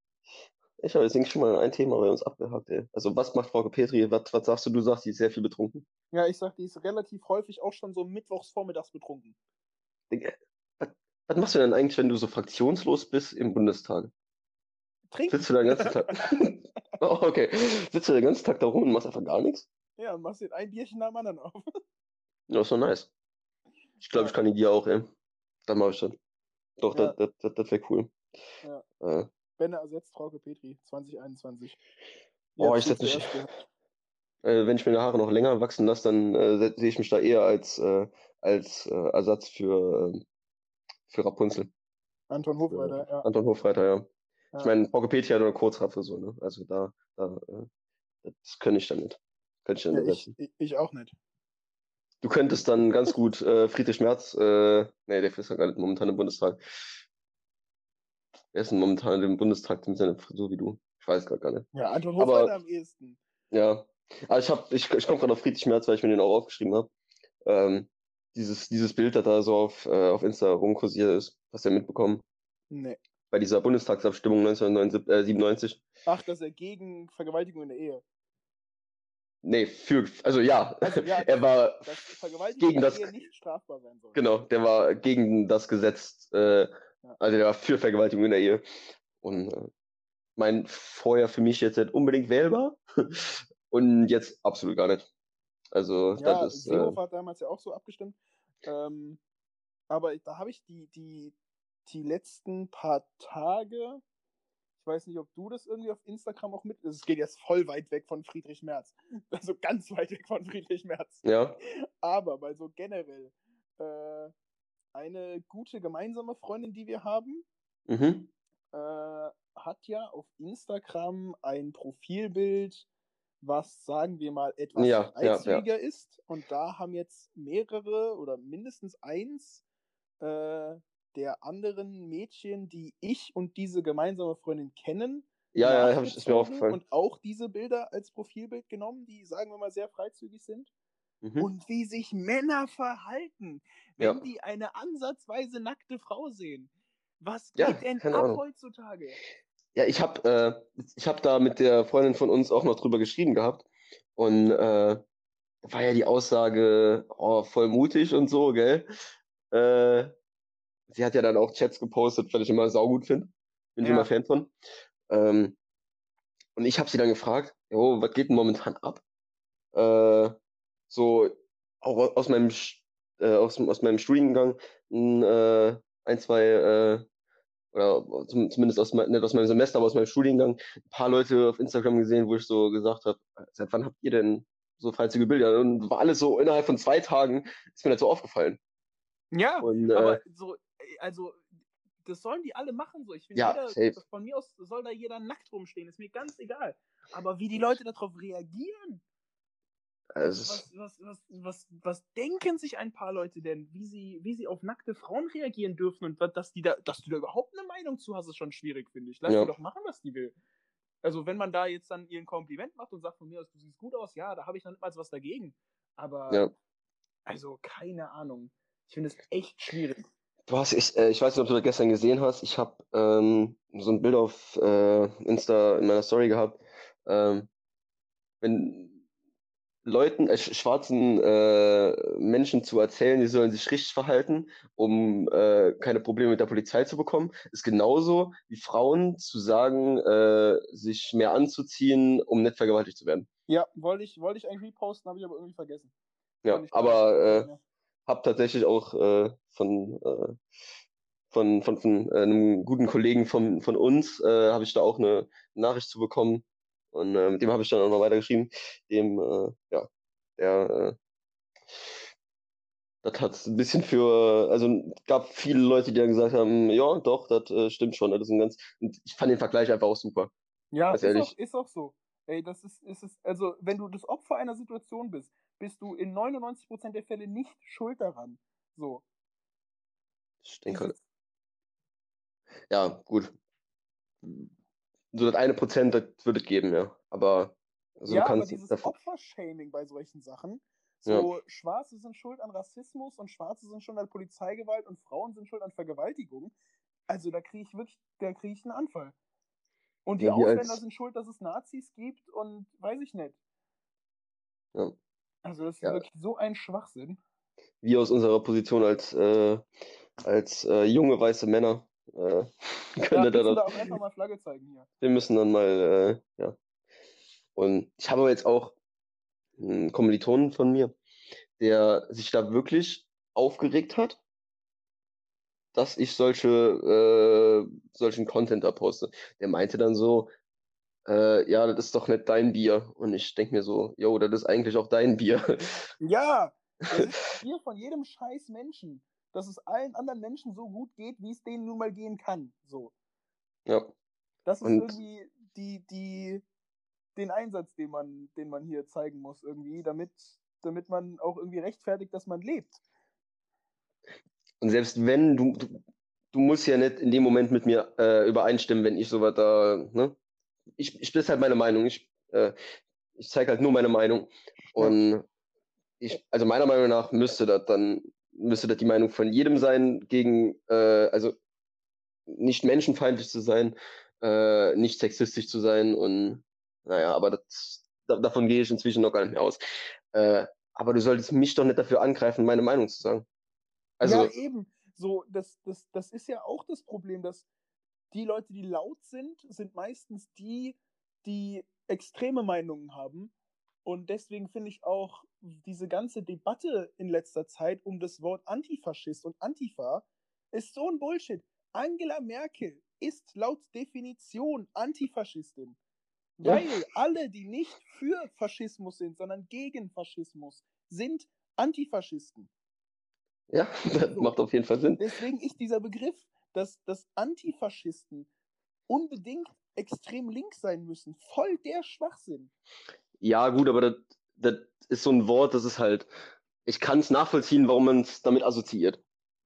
Ich habe jetzt denke ich schon mal ein Thema bei uns abgehakt, ey. Also was macht Frau Petri? Was, was sagst du? Du sagst, die ist sehr viel betrunken. Ja, ich sag, die ist relativ häufig auch schon so mittwochs vormittags betrunken. Digga, Was, was machst du denn eigentlich, wenn du so fraktionslos bist im Bundestag? Trinken. Sitzt du da den ganzen Tag? Oh, okay. Sitzt du den ganzen Tag da rum und machst einfach gar nichts? Ja, und machst dir ein Bierchen nach dem anderen auf. Ja, ist doch nice. Ich glaube, Ja, ich kandidiere auch, ey. Dann mache ich das. Doch, das, ja, das, das, das wäre cool. ja. Äh, Benne ersetzt Frauke Petri zwanzig einundzwanzig. Ihr oh, habt ich es hier setze mich. zuerst gehört. Äh, wenn ich mir die Haare noch länger wachsen lasse, dann äh, se- sehe ich mich da eher als, äh, als äh, Ersatz für, äh, für Rapunzel. Anton Für Hofreiter, ja. Anton Hofreiter, ja. Ich Ja, meine, Frau Petri hat eine Kurzhaarfrisur, ne? Also da, da äh, das könnte ich dann nicht. Könnte ich dann ja ich, ersetzen. ich, ich auch nicht. Du könntest dann ganz gut äh, Friedrich Merz, äh, nee, der ist ja gar nicht momentan im Bundestag. Wer ist denn momentan im Bundestag mit seiner Frisur wie du? Ich weiß gerade gar nicht. Ja, Anton Aber Hofreiter am ehesten. ja, aber ich hab, ich, ich komme gerade auf Friedrich Merz, weil ich mir den auch aufgeschrieben habe. Ähm, dieses, dieses Bild, das da so auf, äh, auf Insta rumkursiert ist, hast du ja mitbekommen, Nee. bei dieser Bundestagsabstimmung neunzehnhundertsiebenundneunzig. Ach, dass er gegen Vergewaltigung in der Ehe. Nee, für, also ja, Also ja, er dass, war dass Vergewaltigung in gegen der das, Ehe nicht strafbar sein soll. genau, der war gegen das Gesetz, Ja, äh, ja. also der war für Vergewaltigung in der Ehe. Und äh, mein vorher für mich jetzt nicht unbedingt wählbar und jetzt absolut gar nicht. Also das Ja, ist, äh, Seehofer hat damals ja auch so abgestimmt. Ähm, aber da habe ich die, die, die letzten paar Tage, ich weiß nicht, ob du das irgendwie auf Instagram auch mit. Es geht jetzt voll weit weg von Friedrich Merz. Also ganz weit weg von Friedrich Merz. ja, Aber weil so generell äh, eine gute gemeinsame Freundin, die wir haben, mhm. äh, hat ja auf Instagram ein Profilbild, was, sagen wir mal, etwas Ja, ja, ja. freizügiger ist. Und da haben jetzt mehrere oder mindestens eins äh, der anderen Mädchen, die ich und diese gemeinsame Freundin kennen, Ja, ja, hab ich, ist mir nachgezogen aufgefallen. und auch diese Bilder als Profilbild genommen, die, sagen wir mal, sehr freizügig sind. Mhm. Und wie sich Männer verhalten, Ja, wenn die eine ansatzweise nackte Frau sehen. Was ja, geht denn keine ab Ahnung. heutzutage? Ja, ich hab, äh, ich hab da mit der Freundin von uns auch noch drüber geschrieben gehabt. Und äh, da war ja die Aussage, oh, voll mutig und so, gell? Äh, sie hat ja dann auch Chats gepostet, was ich immer saugut finde. Bin ich immer Ja, Fan von. Ähm, und ich habe sie dann gefragt, jo, was geht denn momentan ab? Äh, so auch aus meinem Sch- äh, aus, aus meinem Studiengang ein, äh, ein zwei äh, oder zum, zumindest aus, mein, nicht aus meinem Semester, aber aus meinem Studiengang ein paar Leute auf Instagram gesehen, wo ich so gesagt habe, seit wann habt ihr denn so freizügige Bilder? Und war alles so innerhalb von zwei Tagen, ist mir das so aufgefallen. ja, Und äh, aber so, also, das sollen die alle machen so. Ich finde, ja, jeder, safe. von mir aus soll da jeder nackt rumstehen, ist mir ganz egal. Aber wie die Leute darauf reagieren, Es also ist, was, was, was, was, was denken sich ein paar Leute denn, wie sie, wie sie auf nackte Frauen reagieren dürfen und was- dass die da, dass du da überhaupt eine Meinung zu hast, ist schon schwierig, finde ich. Lass die ja, doch machen, was die will. Also wenn man da jetzt dann ihr ein Kompliment macht und sagt von mir aus, du siehst gut aus, ja, da habe ich dann nicht mal was dagegen. Aber, ja. also keine Ahnung. Ich finde es echt schwierig. Du hast, ich, äh, ich weiß nicht, ob du das gestern gesehen hast. Ich habe ähm, so ein Bild auf äh, Insta in meiner Story gehabt. Ähm, wenn Leuten, äh, sch- schwarzen äh, Menschen zu erzählen, die sollen sich richtig verhalten, um äh, keine Probleme mit der Polizei zu bekommen, ist genauso wie Frauen zu sagen, äh, sich mehr anzuziehen, um nicht vergewaltigt zu werden. Ja, wollte ich, wollte ich eigentlich reposten, habe ich aber irgendwie vergessen. Ja, Fand ich gar nicht so aber gut von äh, mir. habe tatsächlich auch äh, von, äh, von, von, von äh, einem guten Kollegen von, von uns, äh, habe ich da auch eine Nachricht zu bekommen. Und äh, mit dem habe ich dann auch noch weitergeschrieben. Dem, äh, ja, der äh, das hat ein bisschen für, also gab viele Leute, die dann gesagt haben, ja, doch, das äh, stimmt schon. Das ist ein ganz, und ich fand den Vergleich einfach auch super, Ja, ganz ist auch, ehrlich. ist auch so. Ey, das ist, ist es, also wenn du das Opfer einer Situation bist, bist du in neunundneunzig Prozent der Fälle nicht schuld daran. So. Ich denke halt, Dieses, ja, gut. So das eine Prozent, das würde es geben, ja. Aber, also du ja, aber kannst dieses davon, Opfershaming bei solchen Sachen, ja, so Schwarze sind schuld an Rassismus und Schwarze sind schuld an Polizeigewalt und Frauen sind schuld an Vergewaltigung. Also da kriege ich wirklich, da kriege ich einen Anfall. Und die Ja, wir Ausländer als, sind schuld, dass es Nazis gibt und weiß ich nicht. ja, Also das ist ja, wirklich so ein Schwachsinn. wir aus unserer Position als, äh, als äh, junge weiße Männer äh, Ja, können da müssen das, da auch einfach mal Flagge zeigen hier. wir müssen dann mal, äh, ja. Und ich habe aber jetzt auch einen Kommilitonen von mir, der sich da wirklich aufgeregt hat, dass ich solche, äh, solchen Content da poste. Der meinte dann so, äh, ja, das ist doch nicht dein Bier. Und ich denke mir so, yo, das ist eigentlich auch dein Bier. Ja, das ist das Bier von jedem scheiß Menschen. Dass es allen anderen Menschen so gut geht, wie es denen nun mal gehen kann. So. Ja. Das ist Und irgendwie die, die, den Einsatz, den man, den man hier zeigen muss, irgendwie, damit, damit man auch irgendwie rechtfertigt, dass man lebt. Und selbst wenn, du, du, du musst ja nicht in dem Moment mit mir äh, übereinstimmen, wenn ich sowas da, ne? Ich, ich das ist halt meine Meinung. Ich, äh, ich zeige halt nur meine Meinung. Ja. Und ich, also meiner Meinung nach müsste das dann, müsste das die Meinung von jedem sein, gegen, äh, also nicht menschenfeindlich zu sein, äh, nicht sexistisch zu sein und naja, aber das, da, davon gehe ich inzwischen noch gar nicht mehr aus. Äh, aber du solltest mich doch nicht dafür angreifen, meine Meinung zu sagen. Ja, Also, eben. So, das, das, das ist ja auch das Problem, dass die Leute, die laut sind, sind meistens die, die extreme Meinungen haben. Und deswegen finde ich auch diese ganze Debatte in letzter Zeit um das Wort Antifaschist und Antifa ist so ein Bullshit. Angela Merkel ist laut Definition Antifaschistin. ja, Weil alle, die nicht für Faschismus sind, sondern gegen Faschismus, sind Antifaschisten. ja, das So. macht auf jeden Fall Sinn. Deswegen ist dieser Begriff, dass, dass Antifaschisten unbedingt extrem links sein müssen, voll der Schwachsinn. Ja, gut, aber das, das ist so ein Wort, das ist halt, ich kann es nachvollziehen, warum man es damit assoziiert.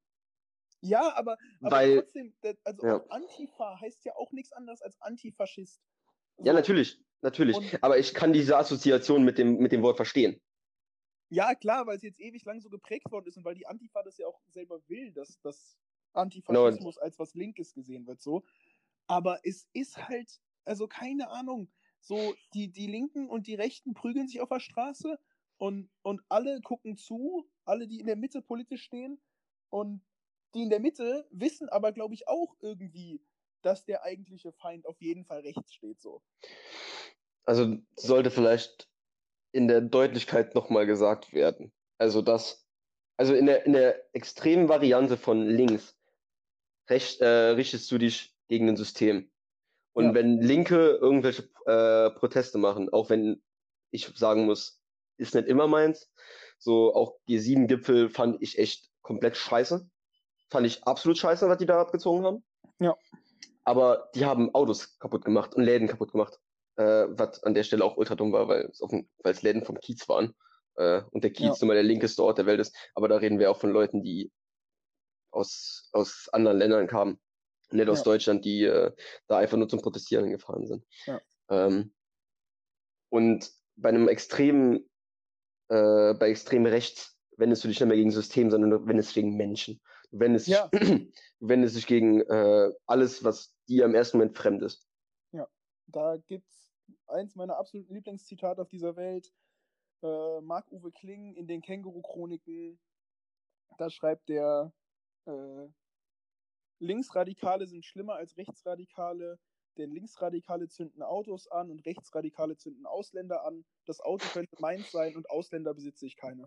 Ja, aber, aber Weil, trotzdem, also ja, auch Antifa heißt ja auch nichts anderes als Antifaschist. ja, So. natürlich, natürlich. Und Aber ich kann diese Assoziation mit dem, mit dem Wort verstehen. ja, klar, weil es jetzt ewig lang so geprägt worden ist und weil die Antifa das ja auch selber will, dass, dass Genau, Antifaschismus als was Linkes gesehen wird, so. Aber es ist halt, also keine Ahnung, so die, die Linken und die Rechten prügeln sich auf der Straße und, und alle gucken zu, alle, die in der Mitte politisch stehen und die in der Mitte wissen aber, glaube ich, auch irgendwie, dass der eigentliche Feind auf jeden Fall rechts steht, so. also sollte vielleicht in der Deutlichkeit nochmal gesagt werden. Also das, also in der, in der extremen Variante von links recht, äh, richtest du dich gegen ein System. Und Ja, wenn Linke irgendwelche äh, Proteste machen, auch wenn ich sagen muss, ist nicht immer meins, so auch G sieben Gipfel fand ich echt komplett scheiße. Fand ich absolut scheiße, was die da abgezogen haben. ja, Aber die haben Autos kaputt gemacht und Läden kaputt gemacht. Äh, was an der Stelle auch ultra dumm war, weil es, auf dem, weil es Läden vom Kiez waren. Äh, und der ja, Kiez nun mal der linkeste Ort der Welt ist. Aber da reden wir auch von Leuten, die aus, aus anderen Ländern kamen. Nicht aus ja, Deutschland, die äh, da einfach nur zum Protestieren gefahren sind. ja. Ähm, und bei einem extremen, äh, bei extrem rechts wendest du dich nicht mehr gegen System, sondern du wendest dich gegen Menschen. Du wendest dich, Ja, du wendest dich gegen äh, alles, was dir im ersten Moment fremd ist. ja. Da gibt's eins meiner absoluten Lieblingszitate auf dieser Welt. Äh, Marc-Uwe Kling in den Känguru-Chroniken. Da schreibt der, äh, Linksradikale sind schlimmer als Rechtsradikale, denn Linksradikale zünden Autos an und Rechtsradikale zünden Ausländer an. Das Auto könnte meins sein und Ausländer besitze ich keine.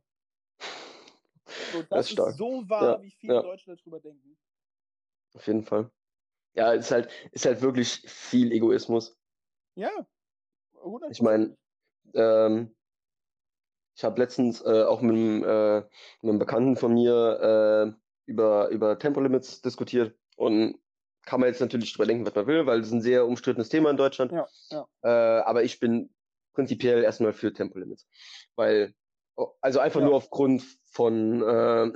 So, Das das ist ist stark. so wahr, Ja, wie viele ja, Deutsche darüber denken. auf jeden Fall. Ja, ist halt, ist halt wirklich viel Egoismus. Ja, hundert Ich Prozent. meine, ähm, ich habe letztens äh, auch mit einem, äh, mit einem Bekannten von mir äh, über, über Tempolimits diskutiert und kann man jetzt natürlich drüber denken, was man will, weil das ist ein sehr umstrittenes Thema in Deutschland. Ja, ja, Äh, aber ich bin prinzipiell erstmal für Tempolimits. Weil, oh, also einfach ja, nur aufgrund von, äh,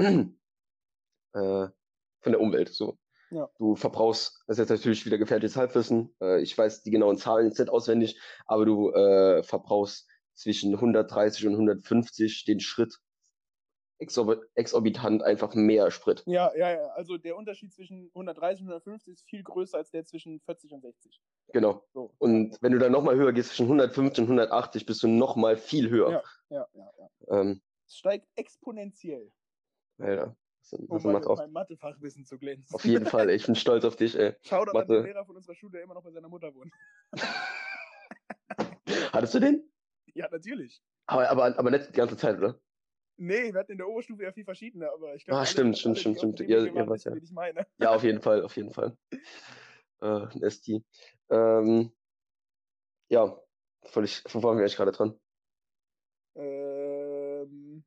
äh, von der Umwelt. So. ja, Du verbrauchst, das ist jetzt natürlich wieder gefährliches Halbwissen. Äh, ich weiß die genauen Zahlen jetzt nicht auswendig, aber du äh, verbrauchst zwischen hundertdreißig und hundertfünfzig den Schritt exorbi exorbitant einfach mehr Sprit. Ja, ja, ja. Also der Unterschied zwischen hundertdreißig und hundertfünfzig ist viel größer als der zwischen vierzig und sechzig. Genau. So, und ja. wenn du dann nochmal höher gehst, zwischen hundertfünfzig und hundertachtzig, bist du nochmal viel höher. Ja, ja, ja. ja. Ähm, es steigt exponentiell. Alter, was, um was mal Mathe mit auf, meinem Mathefachwissen zu glänzen. auf jeden Fall, ich bin stolz auf dich, ey. Shoutout Mathe. an den Lehrer von unserer Schule, der immer noch bei seiner Mutter wohnt. Hattest du den? Ja, natürlich. Aber, aber, aber nicht die ganze Zeit, oder? Nee, wir hatten in der Oberstufe ja viel verschiedene, aber ich glaube, Ah, alle, stimmt, stimmt, alle, stimmt, die auf stimmt. dem Ihr, Wege ihr waren, wart wissen, ja. wen ich meine. Ja, auf jeden Fall, auf jeden Fall. Äh, ein S T. Ähm, ja, völlig, wo waren wir eigentlich gerade dran? Ähm,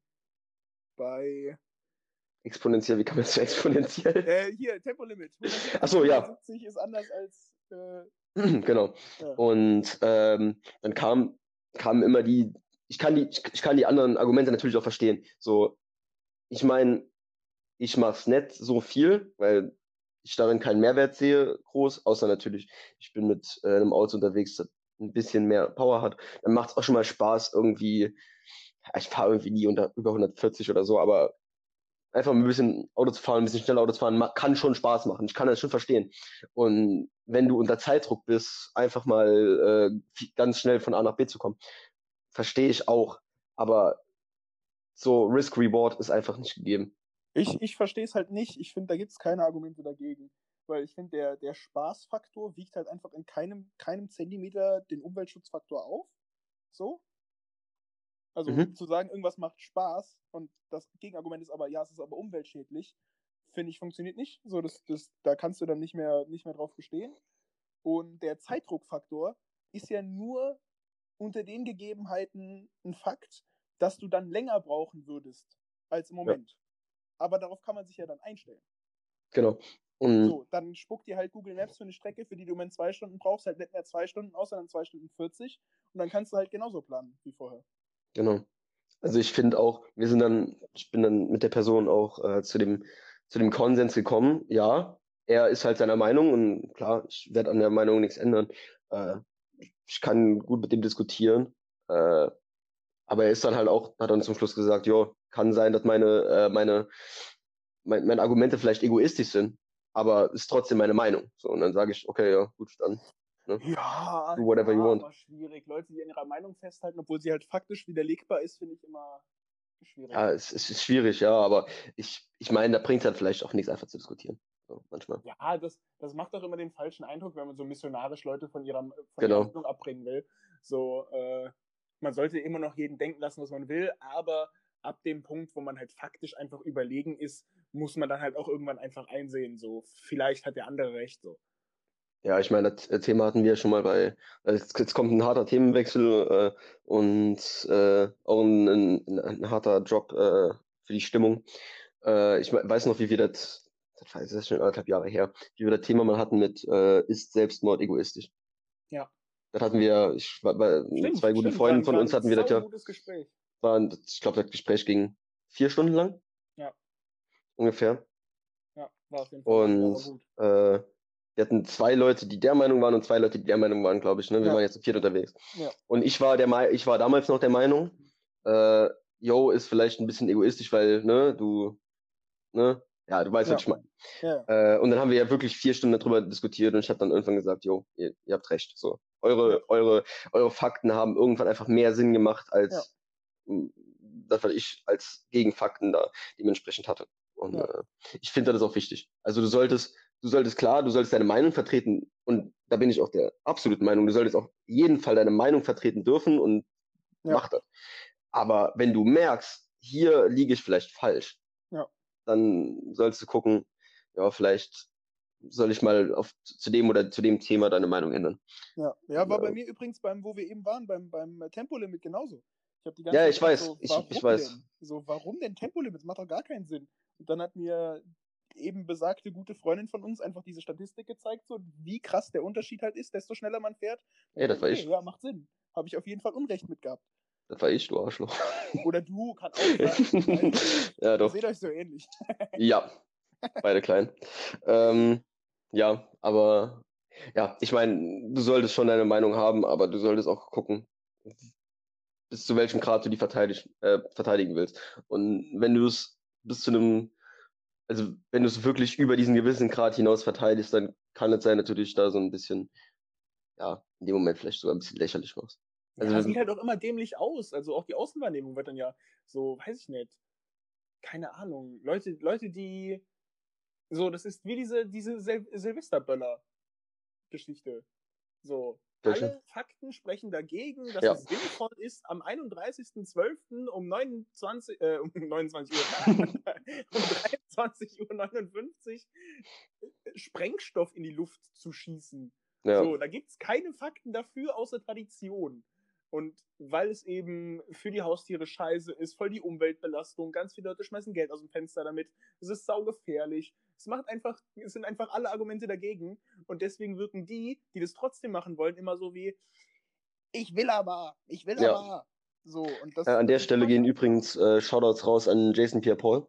bei Exponentiell, wie kann man das exponentiell? Äh, hier, Tempolimit. Achso, ja. hundertsiebzig ist anders als. Äh, genau. Ja. Und ähm, dann kam, kamen immer die, ich kann die, ich, ich kann die anderen Argumente natürlich auch verstehen. So, ich meine, ich mache es nicht so viel, weil ich darin keinen Mehrwert sehe, groß, außer natürlich, ich bin mit äh, einem Auto unterwegs, das ein bisschen mehr Power hat. Dann macht es auch schon mal Spaß, irgendwie, ja, ich fahre irgendwie nie unter über hundertvierzig oder so, aber einfach ein bisschen Auto zu fahren, ein bisschen schneller Auto zu fahren, kann schon Spaß machen. Ich kann das schon verstehen. Und wenn du unter Zeitdruck bist, einfach mal äh, ganz schnell von A nach B zu kommen, verstehe ich auch. Aber so Risk-Reward ist einfach nicht gegeben. Ich, ich verstehe es halt nicht. Ich finde, da gibt es keine Argumente dagegen. Weil ich finde, der, der Spaßfaktor wiegt halt einfach in keinem, keinem Zentimeter den Umweltschutzfaktor auf. So. Also mhm. zu sagen, irgendwas macht Spaß und das Gegenargument ist aber, ja, es ist aber umweltschädlich, finde ich, funktioniert nicht. So, das, das, da kannst du dann nicht mehr, nicht mehr drauf bestehen. Und der Zeitdruckfaktor ist ja nur unter den Gegebenheiten ein Fakt, dass du dann länger brauchen würdest als im Moment. Ja. Aber darauf kann man sich ja dann einstellen. Genau. Und so, dann spuckt dir halt Google Maps für eine Strecke, für die du im Moment zwei Stunden brauchst, halt nicht mehr zwei Stunden aus, sondern zwei Stunden vierzig. Und dann kannst du halt genauso planen wie vorher. Genau. Also ich finde auch, wir sind dann, ich bin dann mit der Person auch äh, zu dem, zu dem Konsens gekommen. Ja, er ist halt seiner Meinung und klar, ich werde an der Meinung nichts ändern. Äh, ich kann gut mit dem diskutieren. Äh, aber er ist dann halt auch, hat dann zum Schluss gesagt, jo, kann sein, dass meine, äh, meine, mein, meine Argumente vielleicht egoistisch sind, aber ist trotzdem meine Meinung. So, und dann sage ich, okay, ja, gut, dann. Ne? Ja, do whatever ja, you want. Aber schwierig. Leute, die an ihrer Meinung festhalten, obwohl sie halt faktisch widerlegbar ist, finde ich immer schwierig. Ja, es, es ist schwierig, ja, aber ich, ich meine, da bringt es halt vielleicht auch nichts, einfach zu diskutieren. So, manchmal. Ja, das, das macht doch immer den falschen Eindruck, wenn man so missionarisch Leute von ihrer, von genau. ihrer Meinung abbringen will. So, äh, man sollte immer noch jeden denken lassen, was man will, aber ab dem Punkt, wo man halt faktisch einfach überlegen ist, muss man dann halt auch irgendwann einfach einsehen, so, vielleicht hat der andere recht, so. Ja, ich meine, das Thema hatten wir schon mal bei, jetzt, jetzt kommt ein harter Themenwechsel äh, und äh, auch ein, ein, ein harter Drop äh, für die Stimmung. Äh, ich weiß noch, wie wir das, das ist schon anderthalb Jahre her, wie wir das Thema mal hatten mit, äh, ist Selbstmord egoistisch? Ja. Das hatten wir, ich, bei stimmt, zwei guten stimmt, Freunden von war, uns hatten wir das ja. Gutes Gespräch. War, ich glaube, das Gespräch ging vier Stunden lang. Ja. Ungefähr. Ja, war auf jeden Fall und gut. Äh, wir hatten zwei Leute, die der Meinung waren und zwei Leute, die der Meinung waren, glaube ich. Ne? Wir ja. waren jetzt zu viert unterwegs. Ja. Und ich war der ich war damals noch der Meinung, äh, yo, ist vielleicht ein bisschen egoistisch, weil, ne, du, ne, ja, du weißt, ja. was ich meine. Ja. Äh, und dann haben wir ja wirklich vier Stunden darüber diskutiert und ich habe dann irgendwann gesagt, yo, ihr, ihr habt recht. So, eure, ja. eure, eure Fakten haben irgendwann einfach mehr Sinn gemacht, als ja. das, was ich als Gegenfakten da dementsprechend hatte. Und ja. äh, ich finde das ist auch wichtig. Also du solltest, du solltest klar, du solltest deine Meinung vertreten und da bin ich auch der absoluten Meinung, du solltest auf jeden Fall deine Meinung vertreten dürfen und ja. mach das. Aber wenn du merkst, hier liege ich vielleicht falsch, ja. dann sollst du gucken, ja, vielleicht soll ich mal auf, zu dem oder zu dem Thema deine Meinung ändern. Ja, ja war und, bei mir übrigens beim, wo wir eben waren, beim, beim Tempolimit genauso. Ich habe die ganze ja, Zeit ich weiß, so, ich, warum ich weiß. denn? So, warum denn Tempolimit? Das macht doch gar keinen Sinn. Und dann hat mir eben besagte gute Freundin von uns einfach diese Statistik gezeigt, so wie krass der Unterschied halt ist, desto schneller man fährt. Ja, das war okay, ich. Ja, macht Sinn. Habe ich auf jeden Fall Unrecht mit gehabt. Das war ich, du Arschloch. Oder du, kann auch sein. Ja, doch. Ihr seht euch so ähnlich. Ja, beide klein. ähm, ja, aber ja, ich meine, du solltest schon deine Meinung haben, aber du solltest auch gucken, bis zu welchem Grad du die verteidig, äh, verteidigen willst. Und wenn du es bis zu einem, also wenn du es wirklich über diesen gewissen Grad hinaus verteidigst, dann kann es sein, dass du dich da so ein bisschen, ja, in dem Moment vielleicht sogar ein bisschen lächerlich machst. Also, ja, sieht halt auch immer dämlich aus. Also auch die Außenwahrnehmung wird dann ja so, weiß ich nicht, keine Ahnung. Leute, Leute, die so, das ist wie diese, diese Sil Silvesterböller-Geschichte. So, Welche? alle Fakten sprechen dagegen, dass Ja. es sinnvoll ist, am einunddreißigsten zwölften um neunundzwanzig, äh, um neunundzwanzig Uhr, um dreiundzwanzig Uhr neunundfünfzig Sprengstoff in die Luft zu schießen. Ja. So, da gibt es keine Fakten dafür, außer Tradition. Und weil es eben für die Haustiere scheiße ist, voll die Umweltbelastung, ganz viele Leute schmeißen Geld aus dem Fenster damit, es ist saugefährlich. Es macht einfach, es sind einfach alle Argumente dagegen. Und deswegen wirken die, die das trotzdem machen wollen, immer so wie, ich will aber, ich will Ja. aber. So, und das, Äh, an der das Stelle gehen übrigens äh, Shoutouts raus an Jason Pierre-Paul.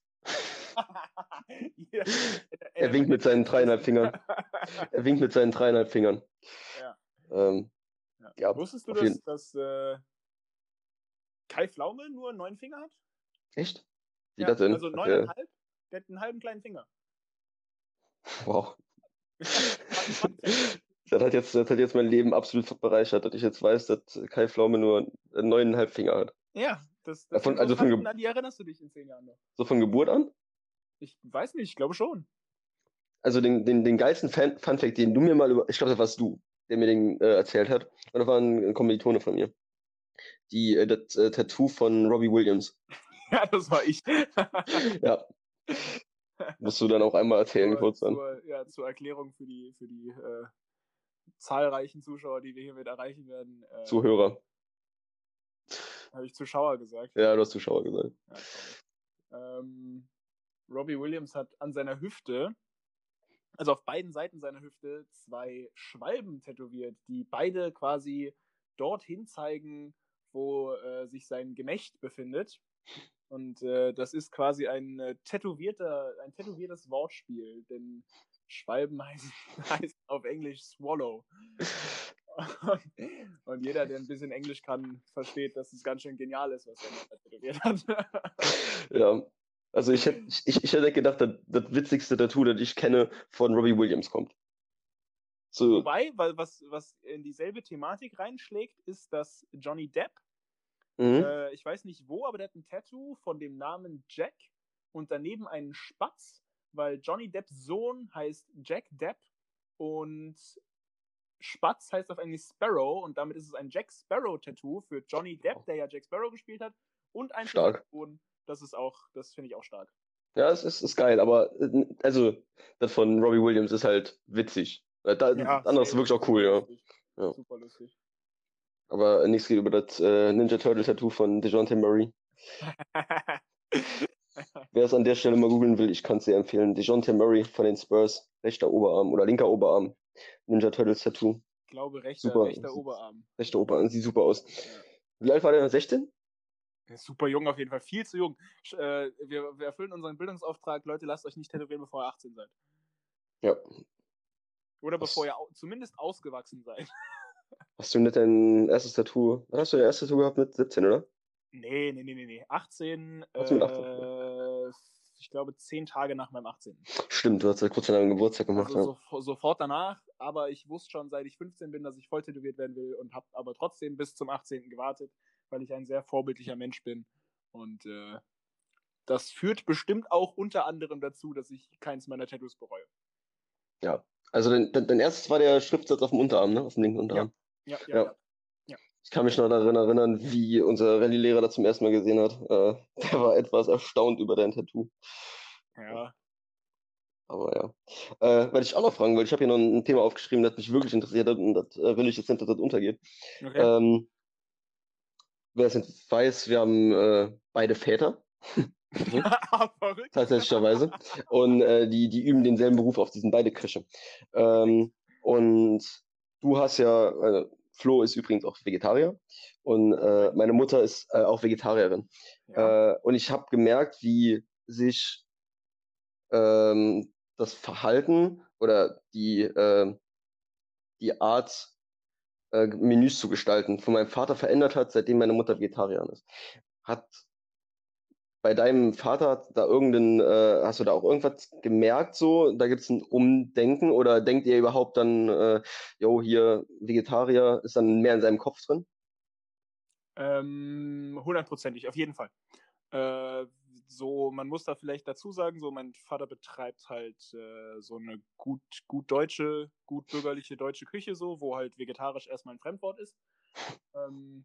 ja. Er winkt mit seinen dreieinhalb Fingern. Er winkt mit seinen dreieinhalb Fingern. Ja. Ähm, ja. ja, Wusstest du, auf dass, jeden- dass äh, Kai Pflaume nur neun Finger hat? Echt? Wie Ja, das denn? also Hat neuneinhalb? Der hat einen halben kleinen Finger. Wow. Fun Fact. Das hat, jetzt, das hat jetzt mein Leben absolut bereichert, dass ich jetzt weiß, dass Kai Pflaume nur neuneinhalb Finger hat. Ja, das, Ja, das von- sind so also von Fakten, Ge- an die erinnerst du dich in zehn Jahren noch. So von Geburt an? Ich weiß nicht, ich glaube schon. Also den, den, den geilsten Fan, Funfact, den du mir mal über, ich glaube, das warst du, der mir den äh, erzählt hat. Und das war ein, ein Kommilitone von mir. Die, äh, das äh, Tattoo von Robbie Williams. Ja, das war ich. Ja. Musst du dann auch einmal erzählen, zur, kurz dann. zur, ja, zur Erklärung für die, für die äh, zahlreichen Zuschauer, die wir hiermit erreichen werden. Äh, Zuhörer. Habe ich Zuschauer gesagt? Ja, du hast Zuschauer gesagt. Ja, ähm, Robbie Williams hat an seiner Hüfte, also auf beiden Seiten seiner Hüfte, zwei Schwalben tätowiert, die beide quasi dorthin zeigen, wo äh, sich sein Gemächt befindet. Und äh, das ist quasi ein äh, tätowierter, ein tätowiertes Wortspiel, denn Schwalben heißt, heißt auf Englisch Swallow. Und jeder, der ein bisschen Englisch kann, versteht, dass es ganz schön genial ist, was er da tätowiert hat. Ja, also ich hätte ich, ich hätte gedacht, das, das witzigste Tattoo, das ich kenne, von Robbie Williams kommt. So, Wobei, weil was, was in dieselbe Thematik reinschlägt, ist, dass Johnny Depp, mhm. äh, ich weiß nicht wo, aber der hat ein Tattoo von dem Namen Jack und daneben einen Spatz, weil Johnny Depps Sohn heißt Jack Depp und Spatz heißt auf Englisch Sparrow und damit ist es ein Jack Sparrow Tattoo für Johnny Depp, der ja Jack Sparrow gespielt hat, und ein Stark. Sohn. Das ist auch, das finde ich auch stark. Ja, es ist, ist geil, aber äh, also das von Robbie Williams ist halt witzig. Äh, Da, Ja, das andere ist safe. wirklich auch cool, ja. Lustig. Ja. Super lustig. Aber nichts geht über das äh, Ninja Turtle Tattoo von DeJounte Murray. Wer es an der Stelle mal googeln will, ich kann es sehr empfehlen. DeJounte Murray von den Spurs, rechter Oberarm oder linker Oberarm. Ninja Turtles Tattoo. Ich glaube, rechter, Super. rechter Oberarm. Rechter Oberarm, sieht super aus. Ja. Wie alt war der? sechzehn? Er ist super jung auf jeden Fall, viel zu jung. Sch- Äh, wir, wir erfüllen unseren Bildungsauftrag. Leute, lasst euch nicht tätowieren, bevor ihr achtzehn seid. Ja. Oder Was- bevor ihr au zumindest ausgewachsen seid. Hast du nicht dein erstes Tattoo? Wann hast du dein erstes Tattoo gehabt mit siebzehn, oder? Nee, nee, nee, nee, nee. achtzehn, Hast du mit äh, ich glaube zehn Tage nach meinem achtzehnten Stimmt, du hast ja kurz nach deinem Geburtstag gemacht. Also so, sofort danach, aber ich wusste schon, seit ich fünfzehn bin, dass ich voll tätowiert werden will und habe aber trotzdem bis zum achtzehnten gewartet, weil ich ein sehr vorbildlicher Mensch bin. Und äh, das führt bestimmt auch unter anderem dazu, dass ich keins meiner Tattoos bereue. ja. Ja. Also dein, dein, dein erstes war der Schriftsatz auf dem Unterarm, ne? Auf dem linken Unterarm. Ja, ja, Ja. ja. ja. Ich kann mich noch daran erinnern, wie unser Rallye-Lehrer das zum ersten Mal gesehen hat. Äh, der war etwas erstaunt über dein Tattoo. Ja. Aber ja. Äh, weil ich auch noch fragen wollte, ich habe hier noch ein Thema aufgeschrieben, das mich wirklich interessiert hat und das äh, will ich jetzt nicht, dass das untergeht. Okay. Ähm, wer es nicht weiß, wir haben äh, beide Väter. Verrückt. Tatsächlicherweise. Und äh, die, die üben denselben Beruf auf, die sind beide Köche. Ähm, und du hast ja, äh, Flo ist übrigens auch Vegetarier und äh, meine Mutter ist äh, auch Vegetarierin. Ja. Äh, und ich habe gemerkt, wie sich ähm, das Verhalten oder die, äh, die Art äh, Menüs zu gestalten, von meinem Vater verändert hat, seitdem meine Mutter Vegetarierin ist. Hat bei deinem Vater da irgendeinen, äh, hast du da auch irgendwas gemerkt so? Da gibt es ein Umdenken oder denkt ihr überhaupt dann, äh, jo, hier Vegetarier ist dann mehr in seinem Kopf drin? Ähm, hundertprozentig, auf jeden Fall. Äh, so, man muss da vielleicht dazu sagen, so mein Vater betreibt halt äh, so eine gut, gut deutsche, gut bürgerliche deutsche Küche, so, wo halt vegetarisch erstmal ein Fremdwort ist. Ähm,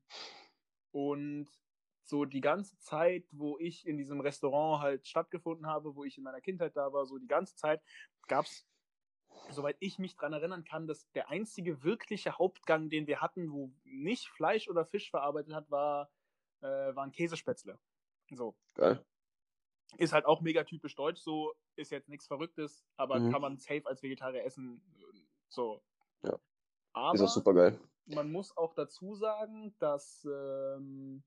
und so die ganze Zeit, wo ich in diesem Restaurant halt stattgefunden habe, wo ich in meiner Kindheit da war, so die ganze Zeit gab es, soweit ich mich dran erinnern kann, dass der einzige wirkliche Hauptgang, den wir hatten, wo nicht Fleisch oder Fisch verarbeitet hat, war, äh, waren Käsespätzle. So. Geil. Ist halt auch mega typisch deutsch, so ist jetzt nichts Verrücktes, aber Mhm. kann man safe als Vegetarier essen. So. Ja. Ist auch Aber super geil. man muss auch dazu sagen, dass ähm,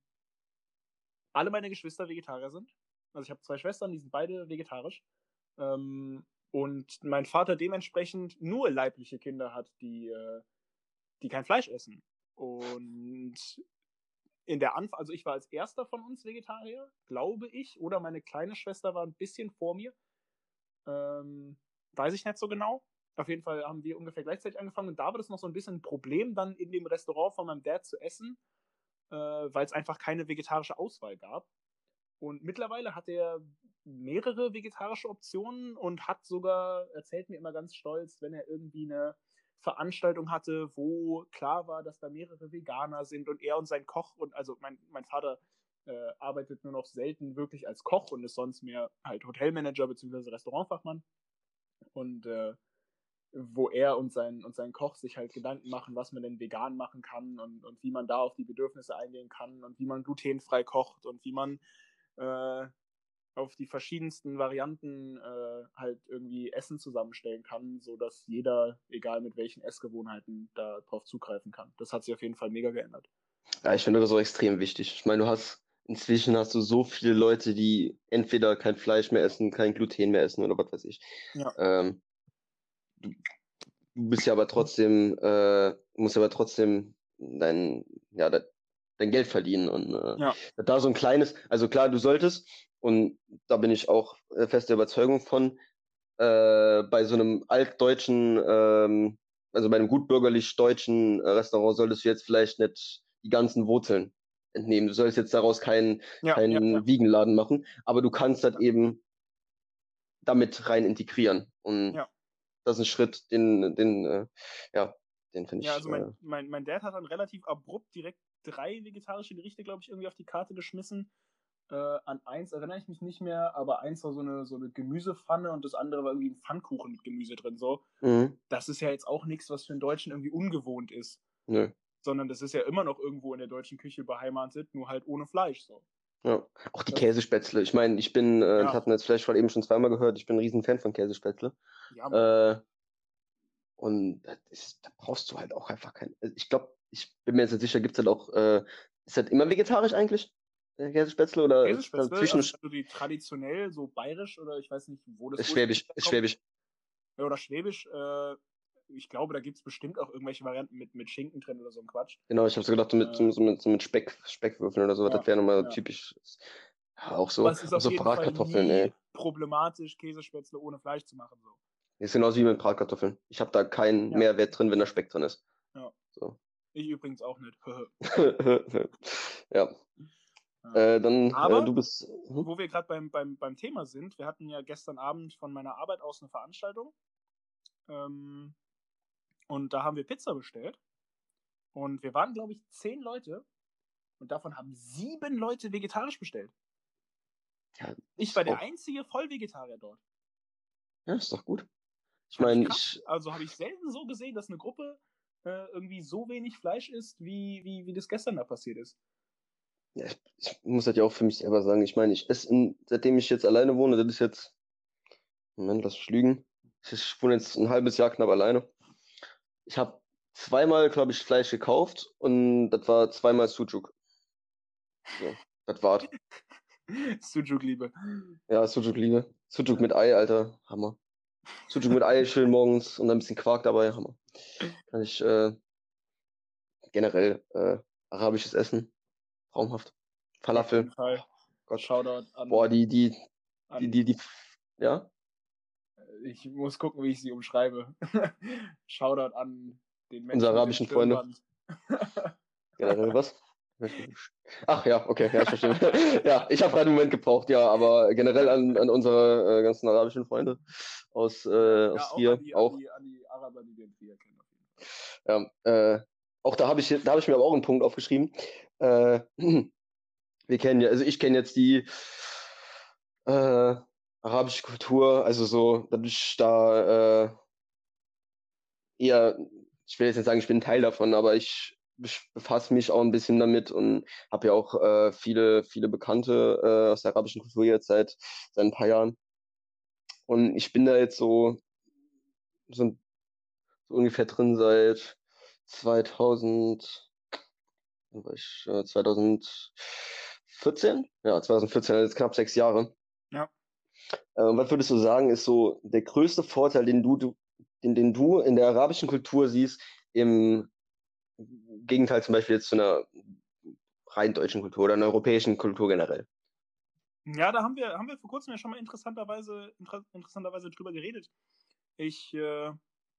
alle meine Geschwister Vegetarier sind. Also ich habe zwei Schwestern, die sind beide vegetarisch. Ähm, und mein Vater dementsprechend nur leibliche Kinder hat, die, äh, die kein Fleisch essen. Und in der Anfang, also ich war als erster von uns Vegetarier, glaube ich, oder meine kleine Schwester war ein bisschen vor mir. Ähm, weiß ich nicht so genau. Auf jeden Fall haben wir ungefähr gleichzeitig angefangen und da war das noch so ein bisschen ein Problem, dann in dem Restaurant von meinem Dad zu essen, äh, weil es einfach keine vegetarische Auswahl gab. Und mittlerweile hat er mehrere vegetarische Optionen und hat sogar, erzählt mir immer ganz stolz, wenn er irgendwie eine Veranstaltung hatte, wo klar war, dass da mehrere Veganer sind und er und sein Koch und also mein, mein Vater äh, arbeitet nur noch selten wirklich als Koch und ist sonst mehr halt Hotelmanager bzw. Restaurantfachmann. Und äh, wo er und sein, und sein Koch sich halt Gedanken machen, was man denn vegan machen kann und, und wie man da auf die Bedürfnisse eingehen kann und wie man glutenfrei kocht und wie man äh, auf die verschiedensten Varianten äh, halt irgendwie Essen zusammenstellen kann, sodass jeder, egal mit welchen Essgewohnheiten, darauf zugreifen kann. Das hat sich auf jeden Fall mega geändert. Ja, ich finde das auch extrem wichtig. Ich meine, du hast inzwischen hast du so viele Leute, die entweder kein Fleisch mehr essen, kein Gluten mehr essen oder was weiß ich. Ja. Ähm, du, du bist ja aber trotzdem, äh, musst aber trotzdem dein, ja, de- dein Geld verdienen und äh, Ja. da so ein kleines, also klar, du solltest, und da bin ich auch äh, feste Überzeugung von, äh, bei so einem altdeutschen, ähm, also bei einem gutbürgerlich-deutschen äh, Restaurant solltest du jetzt vielleicht nicht die ganzen Wurzeln entnehmen. Du solltest jetzt daraus keinen Ja, ja, ja. keinen Wiegenladen machen, aber du kannst das eben damit rein integrieren. Und Ja. das ist ein Schritt, den, den, äh, ja, den finde Ja, ich. also mein, Äh, mein, mein Dad hat dann relativ abrupt direkt drei vegetarische Gerichte, glaube ich, irgendwie auf die Karte geschmissen. Äh, an eins erinnere ich mich nicht mehr, aber eins war so eine, so eine Gemüsepfanne und das andere war irgendwie ein Pfannkuchen mit Gemüse drin. So. mhm. Das ist ja jetzt auch nichts, was für einen Deutschen irgendwie ungewohnt ist. Nö. Sondern das ist ja immer noch irgendwo in der deutschen Küche beheimatet, nur halt ohne Fleisch. So. Ja. Auch die Das, Käsespätzle. Ich meine, ich bin, äh, das ja, hatten wir jetzt vielleicht schon eben schon zweimal gehört, ich bin ein Riesen-Fan von Käsespätzle. ja, Mann. Äh, Und das ist, da brauchst du halt auch einfach kein. Also ich glaube, ich bin mir jetzt nicht sicher, gibt es halt auch, äh, ist das immer vegetarisch eigentlich? Der Käsespätzle oder ist Käsespätzle, dazwischen also wenn du die traditionell so bayerisch oder ich weiß nicht, wo das ist ursprünglich Schwäbisch, ist kommt, Schwäbisch. oder schwäbisch, äh, ich glaube, da gibt es bestimmt auch irgendwelche Varianten mit, mit Schinken drin oder so ein Quatsch. Genau, ich habe so gedacht, so mit, Äh, so mit, so mit Speck, Speckwürfeln oder so, das ja, wäre nochmal ja. typisch. Ja, auch Aber so, es ist auch auf so jeden Fall Bratkartoffeln, nie ey. problematisch, Käsespätzle ohne Fleisch zu machen. So. Ist genauso wie mit Bratkartoffeln. Ich habe da keinen Ja, Mehrwert drin, wenn da Speck drin ist. ja. So. Ich übrigens auch nicht. Ja. Ja. Äh, dann, äh, Aber, du bist. Hm? wo wir gerade beim, beim, beim Thema sind, wir hatten ja gestern Abend von meiner Arbeit aus eine Veranstaltung. Ähm, und da haben wir Pizza bestellt. Und wir waren, glaube ich, zehn Leute. Und davon haben sieben Leute vegetarisch bestellt. Ja, Ich ist war der auch, einzige Vollvegetarier dort. ja, ist doch gut. Ich Fand ich meine, krass. ich, Also habe ich selten so gesehen, dass eine Gruppe äh, irgendwie so wenig Fleisch isst, wie, wie, wie das gestern da passiert ist. ja, ich, ich muss das ja auch für mich selber sagen. Ich meine, ich esse, in, seitdem ich jetzt alleine wohne, das ist jetzt, Moment, lass mich lügen. Ich wohne jetzt ein halbes Jahr knapp alleine. Ich habe zweimal, glaube ich, Fleisch gekauft und das war zweimal Sucuk. So, das war's. Sujuk-Liebe. Ja, Sucuk liebe. Sucuk mit Ei, Alter, Hammer. Sucuk mit Ei schön morgens und dann ein bisschen Quark dabei, Hammer. Kann ich, äh, generell äh, arabisches Essen, traumhaft. Falafel. Auf jeden Fall. Gott. Shoutout an. Boah, die, die, an, die, die, die, ja? Ich muss gucken, wie ich sie umschreibe. Shoutout an den Menschen Unsere mit dem arabischen Freunde. Stirnband. Generell was? Ach ja, okay, ja, ich verstehe. Ja, ich habe gerade einen Moment gebraucht, ja, aber generell an, an unsere äh, ganzen arabischen Freunde aus, äh, Ja, aus auch Trier. an die, auch. An, die, an die Araber, die wir in Trier kennen, auf jeden Fall. Ja, äh, auch da habe ich, da hab ich mir aber auch einen Punkt aufgeschrieben. Äh, wir kennen ja, also ich kenne jetzt die äh, arabische Kultur, also so, dadurch da äh, eher, ich will jetzt nicht sagen, ich bin ein Teil davon, aber ich befasse mich auch ein bisschen damit und habe ja auch äh, viele, viele Bekannte äh, aus der arabischen Kultur jetzt seit, seit ein paar Jahren. Und ich bin da jetzt so, so, so ungefähr drin seit zweitausend, wann war ich, äh, zweitausendvierzehn? Ja, zweitausendvierzehn, also jetzt knapp sechs Jahre. Ja. Äh, was würdest du sagen, ist so der größte Vorteil, den du, du den, den du in der arabischen Kultur siehst, im Gegenteil zum Beispiel jetzt zu einer rein deutschen Kultur oder einer europäischen Kultur generell? Ja, da haben wir, haben wir vor kurzem ja schon mal interessanterweise, inter, interessanterweise drüber geredet. Ich äh,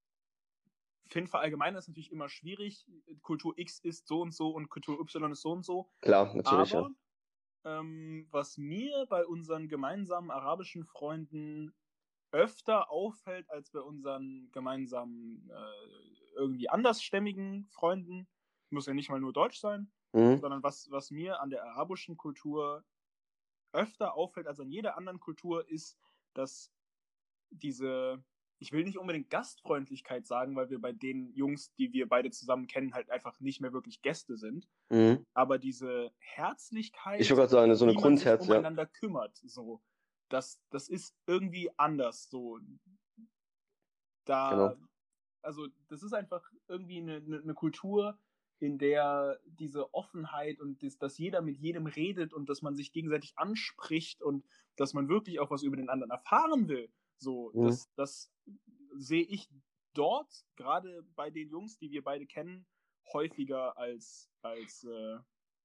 finde verallgemeinern ist natürlich immer schwierig. Kultur X ist so und so und Kultur Y ist so und so. Klar, natürlich, Aber ja. ähm, was mir bei unseren gemeinsamen arabischen Freunden öfter auffällt als bei unseren gemeinsamen äh, irgendwie andersstämmigen Freunden, muss ja nicht mal nur Deutsch sein, Mhm. sondern was, was mir an der arabischen Kultur öfter auffällt als an jeder anderen Kultur, ist, dass diese, ich will nicht unbedingt Gastfreundlichkeit sagen, weil wir bei den Jungs, die wir beide zusammen kennen, halt einfach nicht mehr wirklich Gäste sind, Mhm. aber diese Herzlichkeit, Ich würde gerade sagen, so eine wie man sich Grundherz, ja. umeinander kümmert, so, das, das ist irgendwie anders, so, da, Genau. also das ist einfach irgendwie eine, eine, eine Kultur, in der diese Offenheit und das, dass jeder mit jedem redet und dass man sich gegenseitig anspricht und dass man wirklich auch was über den anderen erfahren will. So, Mhm. das, das sehe ich dort, gerade bei den Jungs, die wir beide kennen, häufiger als, als, äh,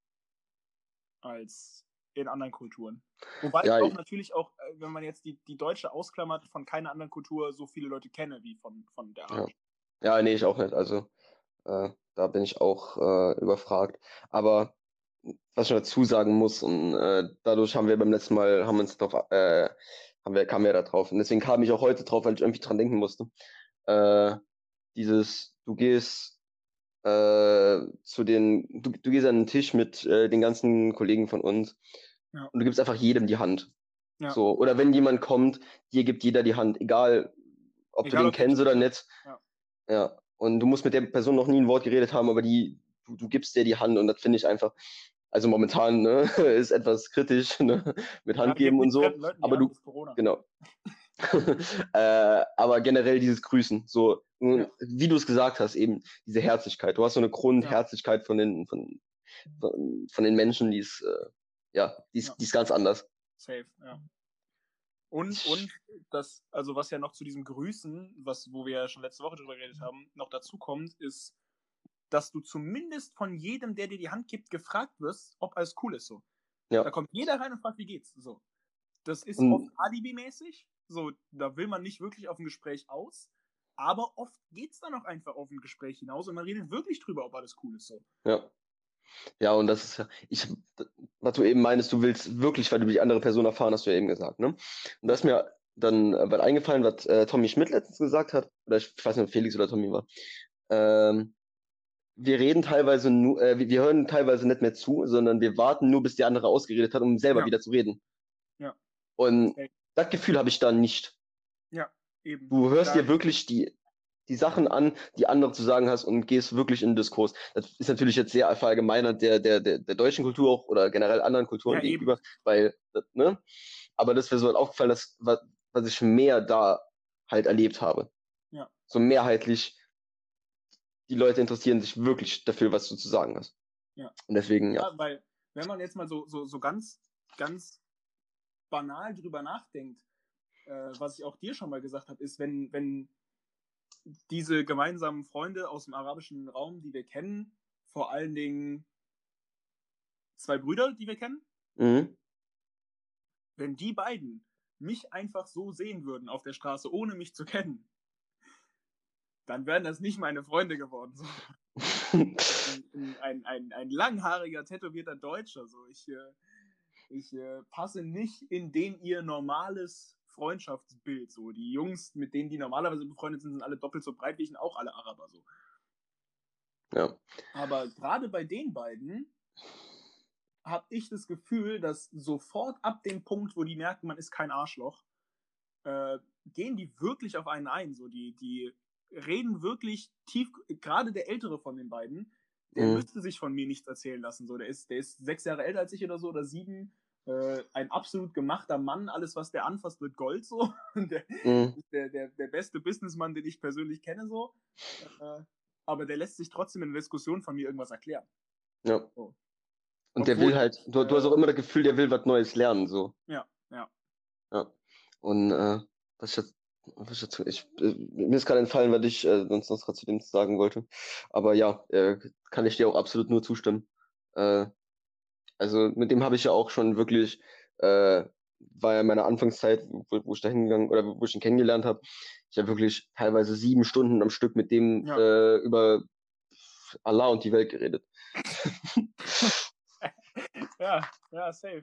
als in anderen Kulturen. Wobei Ja, ich auch ich- natürlich auch, äh, wenn man jetzt die, die deutsche ausklammert, von keiner anderen Kultur so viele Leute kenne wie von, von der ja. arabischen. Ja, nee, ich auch nicht. Also äh, da bin ich auch äh, überfragt. Aber was ich noch dazu sagen muss, und äh, dadurch haben wir beim letzten Mal, haben wir uns drauf, äh, haben wir, kamen wir da drauf. Und deswegen kam ich auch heute drauf, weil ich irgendwie dran denken musste. Äh, dieses, du gehst äh, zu den, du, du gehst an den Tisch mit äh, den ganzen Kollegen von uns Ja. und du gibst einfach jedem die Hand. Ja. So, oder wenn jemand kommt, dir gibt jeder die Hand, egal ob Egal, du den ob der kennst oder kennt. nicht. Ja. Ja. Und du musst mit der Person noch nie ein Wort geredet haben, aber die, du, du gibst dir die Hand und das finde ich einfach, also momentan ne, ist etwas kritisch ne, mit Ja, Hand gebt geben und nicht so. fremden Leuten die Aber Hand, du, das ist Corona. genau. äh, aber generell dieses Grüßen, so Ja. wie du es gesagt hast, eben diese Herzlichkeit. Du hast so eine Ja. Grundherzlichkeit von den von, von, von den Menschen, die ist äh, ja, die ist, Ja. die ist ganz anders. Safe, ja. Und, und das, also was ja noch zu diesem Grüßen, was, wo wir ja schon letzte Woche drüber geredet haben, noch dazu kommt, ist, dass du zumindest von jedem, der dir die Hand gibt, gefragt wirst, ob alles cool ist. So. Ja. Da kommt jeder rein und fragt, wie geht's. So. Das ist Und- oft alibimäßig. So, da will man nicht wirklich auf ein Gespräch aus. Aber oft geht's dann auch einfach auf ein Gespräch hinaus und man redet wirklich drüber, ob alles cool ist. So. Ja. Ja, und das ist ja, ich, was du eben meinst, du willst wirklich, weil du die andere Person erfahren hast, du ja eben gesagt, ne? Und da ist mir dann äh, was eingefallen, was äh, Tommy Schmidt letztens gesagt hat, oder ich weiß nicht, ob Felix oder Tommy war. Ähm, wir reden teilweise nur, äh, wir wir hören teilweise nicht mehr zu, sondern wir warten nur, bis der andere ausgeredet hat, um selber Ja. wieder zu reden. Ja. Und Okay. das Gefühl habe ich da nicht. Ja, eben. Du hörst Da- dir wirklich die, die Sachen an, die andere zu sagen hast und gehst wirklich in den Diskurs. Das ist natürlich jetzt sehr verallgemeinert der, der, der, der deutschen Kultur auch oder generell anderen Kulturen Ja, eben. gegenüber, weil, das, ne? Aber das wäre so halt aufgefallen, dass, was, was ich mehr da halt erlebt habe. Ja. So mehrheitlich, die Leute interessieren sich wirklich dafür, was du zu sagen hast. Ja. Und deswegen, ja. Ja, weil, wenn man jetzt mal so, so, so ganz, ganz banal drüber nachdenkt, äh, was ich auch dir schon mal gesagt habe, ist, wenn, wenn diese gemeinsamen Freunde aus dem arabischen Raum, die wir kennen, vor allen Dingen zwei Brüder, die wir kennen. Mhm. Wenn die beiden mich einfach so sehen würden auf der Straße, ohne mich zu kennen, dann wären das nicht meine Freunde geworden. So. ein, ein, ein, ein langhaariger, tätowierter Deutscher. So. Ich, äh, ich äh, passe nicht in den ihr normales Freundschaftsbild. So. Die Jungs, mit denen die normalerweise befreundet sind, sind alle doppelt so breit wie ich und auch alle Araber. So. Ja. Aber gerade bei den beiden habe ich das Gefühl, dass sofort ab dem Punkt, wo die merken, man ist kein Arschloch, äh, gehen die wirklich auf einen ein. So, die, die reden wirklich tief, gerade der Ältere von den beiden, der Mhm. müsste sich von mir nichts erzählen lassen. So, der ist, der ist sechs Jahre älter als ich oder so, oder sieben. Äh, ein absolut gemachter Mann, alles, was der anfasst, wird Gold. So. der, Mhm. der, der, der beste Businessmann, den ich persönlich kenne. So. Äh, aber der lässt sich trotzdem in der Diskussion von mir irgendwas erklären. Ja. So. Und der Obwohl will halt, ich, du, du hast auch äh, immer das Gefühl, der will was Neues lernen, so. Ja, ja. Ja. Und äh, was ich jetzt, was ich jetzt, ich, äh, mir ist gerade entfallen, was ich äh, sonst noch gerade zu dem sagen wollte. Aber ja, äh, kann ich dir auch absolut nur zustimmen. Äh, also mit dem habe ich ja auch schon wirklich, äh, war ja meine Anfangszeit, wo, wo ich da hingegangen oder wo ich ihn kennengelernt habe, ich habe wirklich teilweise sieben Stunden am Stück mit dem Ja. äh, über Allah und die Welt geredet. ja, ja, safe.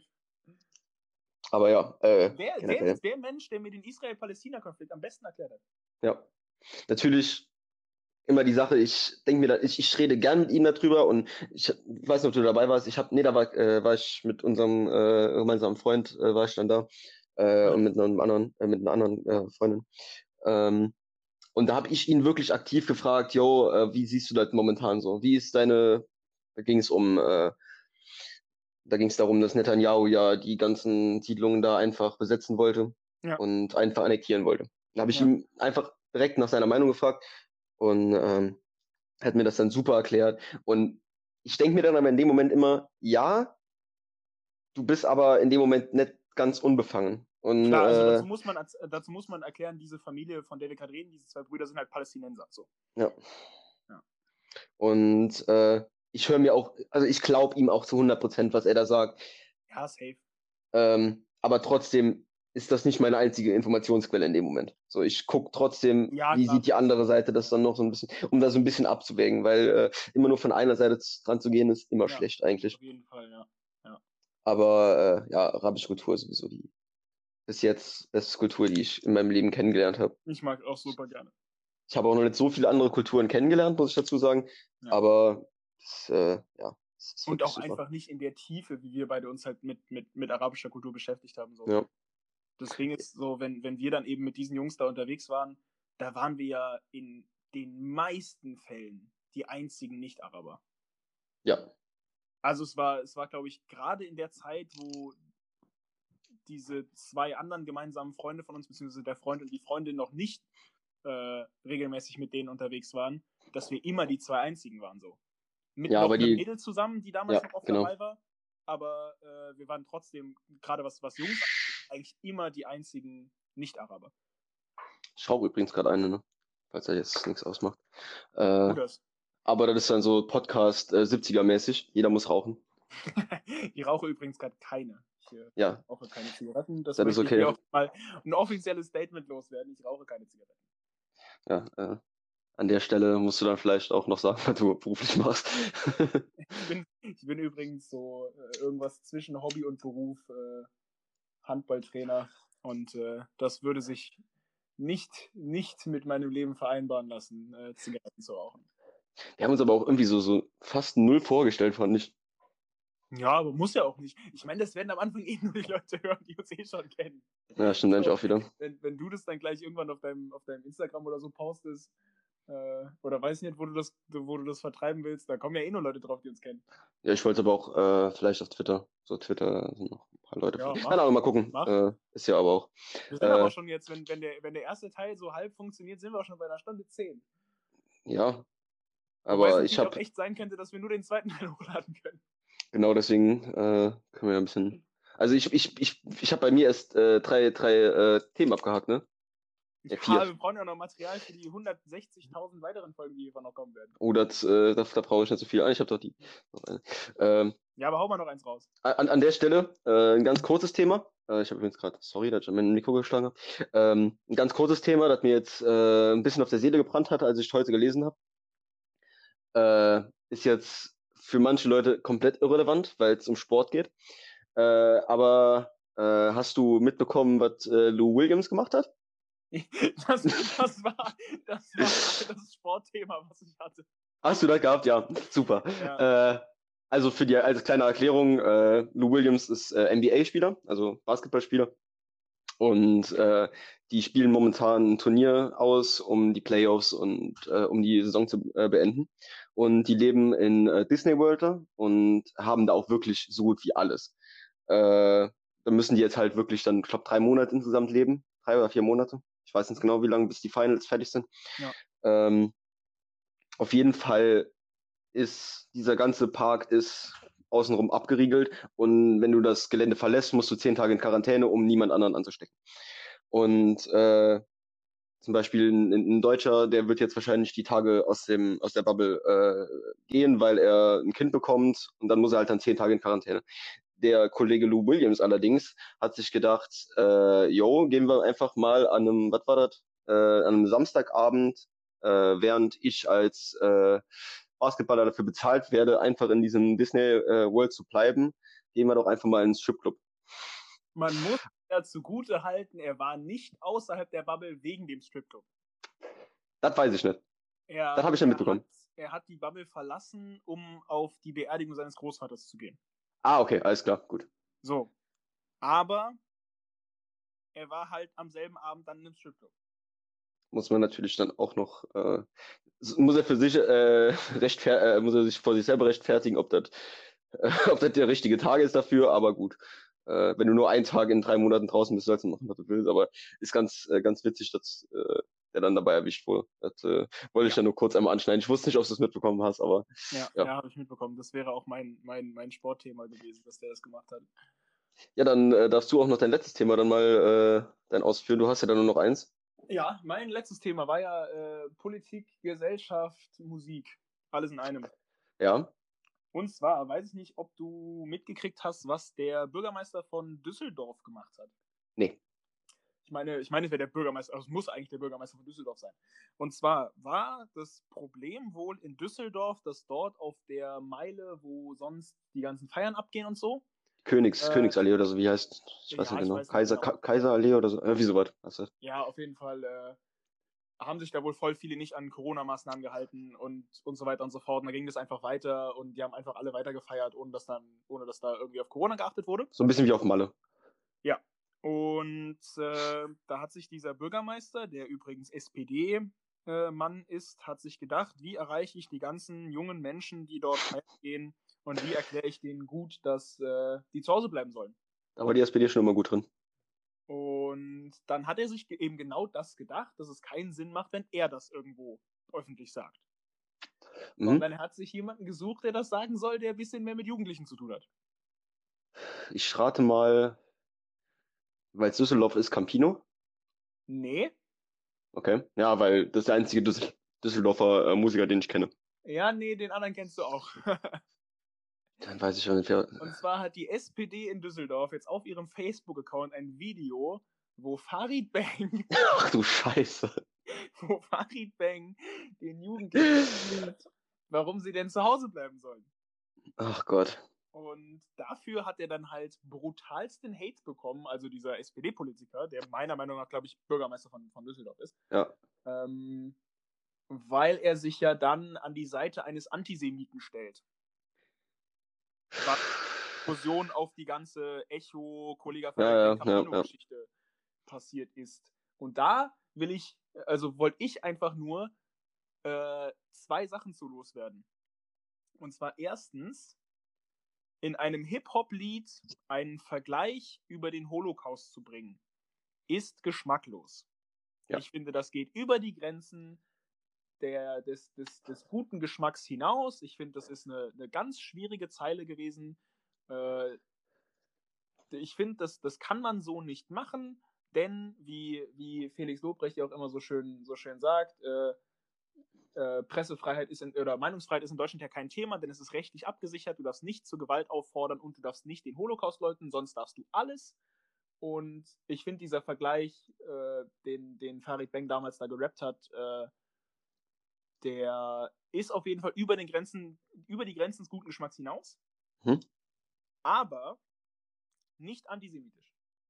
Aber ja, äh, Der, der generell. ist der Mensch, der mir den Israel-Palästina-Konflikt am besten erklärt hat. Ja, natürlich immer die Sache, ich denke mir, da, ich, ich rede gern mit ihm darüber und ich weiß nicht, ob du dabei warst, ich habe, nee, da war, äh, war ich mit unserem äh, gemeinsamen Freund, äh, war ich dann da äh, und mit einem anderen, äh, mit einer anderen äh, Freundin. Ähm, und da habe ich ihn wirklich aktiv gefragt, yo, äh, wie siehst du das momentan so? Wie ist deine, da ging es um, äh, da ging es darum, dass Netanyahu ja die ganzen Siedlungen da einfach besetzen wollte Ja. und einfach annektieren wollte. Da habe ich Ja. ihn einfach direkt nach seiner Meinung gefragt und ähm, hat mir das dann super erklärt. Und ich denke mir dann aber in dem Moment immer, ja, du bist aber in dem Moment nicht ganz unbefangen. Und Klar, also äh, dazu muss, man, dazu muss man erklären, diese Familie, von der wir gerade reden, diese zwei Brüder sind halt Palästinenser. So. ja. Ja. Und äh, ich höre mir auch, also ich glaube ihm auch zu hundert Prozent, was er da sagt. Ja, safe. Ähm, aber trotzdem ist das nicht meine einzige Informationsquelle in dem Moment. So, ich gucke trotzdem, Ja, wie klar. sieht die andere Seite das dann noch so ein bisschen, um da so ein bisschen abzuwägen, weil äh, immer nur von einer Seite dran zu gehen, ist immer Ja, schlecht eigentlich. Auf jeden Fall, ja. ja. Aber äh, ja, arabische Kultur ist sowieso die bis jetzt beste Kultur, die ich in meinem Leben kennengelernt habe. Ich mag auch super gerne. Ich habe auch noch nicht so viele andere Kulturen kennengelernt, muss ich dazu sagen. Ja. Aber das, äh, ja, das ist Und wirklich auch super. einfach nicht in der Tiefe, wie wir beide uns halt mit, mit, mit arabischer Kultur beschäftigt haben. So. Ja. Das Ding ist so, wenn, wenn wir dann eben mit diesen Jungs da unterwegs waren, da waren wir ja in den meisten Fällen die einzigen Nicht-Araber. Ja. Also es war, es war, glaube ich, gerade in der Zeit, wo diese zwei anderen gemeinsamen Freunde von uns, beziehungsweise der Freund und die Freundin noch nicht äh, regelmäßig mit denen unterwegs waren, dass wir immer die zwei einzigen waren so. Mit Ja, noch aber einem die, Mädel zusammen, die damals ja, noch oft genau. dabei war, aber äh, wir waren trotzdem, gerade was, was Jungs angeht, eigentlich immer die einzigen Nicht-Araber. Ich rauche übrigens gerade eine, ne? Falls er jetzt nichts ausmacht. Äh, das. aber das ist dann so Podcast äh, siebziger-mäßig. Jeder muss rauchen. Ich rauche übrigens gerade keine. Ich äh, Ja. rauche keine Zigaretten. Das, Das möchte ist ich okay. hier auch mal ein offizielles Statement loswerden. Ich rauche keine Zigaretten. Ja, äh, an der Stelle musst du dann vielleicht auch noch sagen, was du beruflich machst. ich, bin, ich bin übrigens so äh, irgendwas zwischen Hobby und Beruf, äh, Handballtrainer. Und äh, das würde sich nicht, nicht mit meinem Leben vereinbaren lassen, äh, Zigaretten zu rauchen. Wir haben uns aber auch irgendwie so, so fast null vorgestellt, fand ich. Ja, aber muss ja auch nicht. Ich meine, das werden am Anfang eh nur die Leute hören, die uns eh schon kennen. Ja, stimmt So, eigentlich auch wieder. Wenn, wenn du das dann gleich irgendwann auf deinem, auf deinem Instagram oder so postest, äh, oder weiß nicht, wo du, das, wo du das vertreiben willst, da kommen ja eh nur Leute drauf, die uns kennen. Ja, ich wollte aber auch äh, vielleicht auf Twitter. So Twitter sind noch ein paar Leute. Ja, von... mach. Keine Ahnung, mal gucken. Mach. Äh, ist ja aber auch. Wir sind äh, aber schon jetzt, wenn, wenn, der, wenn der erste Teil so halb funktioniert, sind wir auch schon bei einer Stunde zehn. Ja, Wobei aber es ich natürlich auch habe echt sein könnte, dass wir nur den zweiten Teil hochladen können. genau deswegen äh, können wir ein bisschen. Also ich ich ich ich habe bei mir erst äh, drei drei äh, Themen abgehakt, ne? Ja, Ja, vier. wir brauchen ja noch Material für die hundertsechzigtausend weiteren Folgen, die hier noch kommen werden. Oh, das, äh, da, da brauche ich nicht so viel. Ah, ich habe doch die. Noch eine. Ähm, Ja, aber hau mal noch eins raus. an, an der Stelle äh, ein ganz kurzes Thema. Äh, ich habe übrigens gerade, sorry, dass ich an mein Mikro geschlagen habe. Ähm, ein ganz kurzes Thema, das mir jetzt äh, ein bisschen auf der Seele gebrannt hat, als ich heute gelesen habe. Äh, ist jetzt für manche Leute komplett irrelevant, weil es um Sport geht. Äh, aber äh, hast du mitbekommen, was äh, Lou Williams gemacht hat? Das, das, war, das war das Sportthema, was ich hatte. Hast du das gehabt? Ja, super. Ja. Äh, also für die als kleine Erklärung, äh, Lou Williams ist äh, N B A-Spieler, also Basketballspieler. Und äh, die spielen momentan ein Turnier aus, um die Playoffs und äh, um die Saison zu äh, beenden. Und die leben in äh, Disney World da und haben da auch wirklich so gut wie alles. Äh, da müssen die jetzt halt wirklich dann, ich glaube, drei Monate insgesamt leben. Drei oder vier Monate. Ich weiß nicht genau, wie lange, bis die Finals fertig sind. Ja. Ähm, auf jeden Fall ist dieser ganze Park ist außenrum abgeriegelt und wenn du das Gelände verlässt, musst du zehn Tage in Quarantäne, um niemand anderen anzustecken. Und äh, zum Beispiel ein, ein Deutscher, der wird jetzt wahrscheinlich die Tage aus dem aus der Bubble äh, gehen, weil er ein Kind bekommt und dann muss er halt dann zehn Tage in Quarantäne. Der Kollege Lou Williams allerdings hat sich gedacht, äh, yo, gehen wir einfach mal an einem, was war das, äh, an einem Samstagabend, äh, während ich als äh, Basketballer dafür bezahlt werde, einfach in diesem Disney äh, World zu bleiben, gehen wir doch einfach mal ins Stripclub. Man muss ja zugute halten, er war nicht außerhalb der Bubble wegen dem Stripclub. Das weiß ich nicht. Er, das habe ich nicht er mitbekommen. Hat, er hat die Bubble verlassen, um auf die Beerdigung seines Großvaters zu gehen. Ah, okay, alles klar, gut. So. Aber er war halt am selben Abend dann im Stripclub. Muss man natürlich dann auch noch, äh, muss er für sich äh, rechtfer äh, muss er sich vor sich selber rechtfertigen, ob das äh, ob das der richtige Tag ist dafür, aber gut. Äh, wenn du nur einen Tag in drei Monaten draußen bist, sollst du machen, was du willst, aber ist ganz, äh, ganz witzig, dass äh, der dann dabei erwischt wurde. Das äh, wollte ich Ja. dann nur kurz einmal anschneiden. Ich wusste nicht, ob du es mitbekommen hast, aber Ja, ja. ja, habe ich mitbekommen. Das wäre auch mein, mein, mein Sportthema gewesen, dass der das gemacht hat. Ja, dann äh, darfst du auch noch dein letztes Thema dann mal äh, dann ausführen. Du hast ja dann nur noch eins. Ja, mein letztes Thema war ja äh, Politik, Gesellschaft, Musik. Alles in einem. Ja. Und zwar weiß ich nicht, ob du mitgekriegt hast, was der Bürgermeister von Düsseldorf gemacht hat. Nee. Ich meine, ich meine, es wäre der Bürgermeister, also es muss eigentlich der Bürgermeister von Düsseldorf sein. Und zwar war das Problem wohl in Düsseldorf, dass dort auf der Meile, wo sonst die ganzen Feiern abgehen und so. Königs, Äh, Königsallee oder so, wie heißt? Ich weiß ja, nicht ich genau. weiß nicht Kaiser, genau. Ka Kaiserallee oder so, äh, wie so was. Also, Ja, auf jeden Fall äh, haben sich da wohl voll viele nicht an Corona-Maßnahmen gehalten und, und so weiter und so fort. Und da ging das einfach weiter und die haben einfach alle weiter gefeiert, ohne dass, dann, ohne dass da irgendwie auf Corona geachtet wurde. so ein bisschen wie auf Malle. Ja. Und äh, da hat sich dieser Bürgermeister, der übrigens S P D-Mann äh, ist, hat sich gedacht, wie erreiche ich die ganzen jungen Menschen, die dort feiern gehen und wie erkläre ich denen gut, dass äh, die zu Hause bleiben sollen. Da war die S P D schon immer gut drin. Und dann hat er sich eben genau das gedacht, dass es keinen Sinn macht, wenn er das irgendwo öffentlich sagt. Mhm. Sondern er hat sich jemanden gesucht, der das sagen soll, der ein bisschen mehr mit Jugendlichen zu tun hat. Ich rate mal, weil es Düsseldorf ist, Campino. Nee. Okay. Ja, weil das ist der einzige Düssel Düsseldorfer äh, Musiker, den ich kenne. Ja, nee, den anderen kennst du auch. Dann weiß ich ja nicht, wer. Und zwar hat die S P D in Düsseldorf jetzt auf ihrem Facebook-Account ein Video, wo Farid Bang, Ach du Scheiße. wo Farid Bang den Jugendlichen sagt, warum sie denn zu Hause bleiben sollen. Ach Gott. Und dafür hat er dann halt brutalsten Hate bekommen, also dieser S P D-Politiker, der meiner Meinung nach, glaube ich, Bürgermeister von, von Düsseldorf ist. Ja. Ähm, weil er sich ja dann an die Seite eines Antisemiten stellt. Was Diskussion auf die ganze Echo, Kollega Ja, ja, Campino-Geschichte ja, ja. passiert ist. Und da will ich, also wollte ich einfach nur äh, zwei Sachen zu loswerden. Und zwar erstens, in einem Hip-Hop-Lied einen Vergleich über den Holocaust zu bringen, ist geschmacklos. Ja. Ich finde, das geht über die Grenzen der, des, des, des guten Geschmacks hinaus. Ich finde, das ist eine, eine ganz schwierige Zeile gewesen. Äh, ich finde, das, das kann man so nicht machen. denn, wie, wie Felix Lobrecht ja auch immer so schön, so schön sagt, äh, äh, Pressefreiheit ist in, oder Meinungsfreiheit ist in Deutschland ja kein Thema, denn es ist rechtlich abgesichert, du darfst nicht zur Gewalt auffordern und du darfst nicht den Holocaust leugnen, sonst darfst du alles. Und ich finde, dieser Vergleich, äh, den, den Farid Bang damals da gerappt hat, äh, der ist auf jeden Fall über den Grenzen, über die Grenzen des guten Geschmacks hinaus, Hm? aber nicht antisemitisch.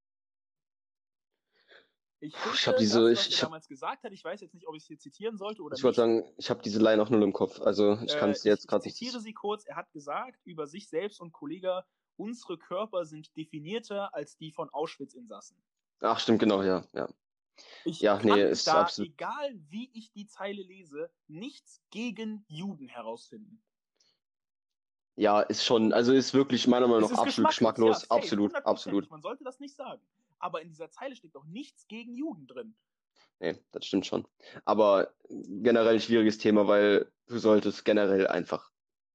Ich finde, Ich habe diese, das, ich, was er ich habe, damals gesagt hat, ich weiß jetzt nicht, ob ich es hier zitieren sollte oder ich wollte nicht. sagen, ich habe diese Line auch null im Kopf. Also ich kann Äh, es ich, jetzt ich gerade nicht. zitiere sie kurz. Er hat gesagt über sich selbst und Kollegen, unsere Körper sind definierter als die von Auschwitz-Insassen. Ach, stimmt, genau, ja, ja. Ich Ja, kann nee, ist da, absolut. egal wie ich die Zeile lese, nichts gegen Juden herausfinden. Ja, ist schon, also ist wirklich meiner Meinung Es nach ist absolut geschmacklos, geschmacklos. ja, safe, Absolut, absolut. hundertprozentig. Man sollte das nicht sagen. Aber in dieser Zeile steckt auch nichts gegen Juden drin. Nee, das stimmt schon. Aber generell ein schwieriges Thema, weil du solltest generell einfach.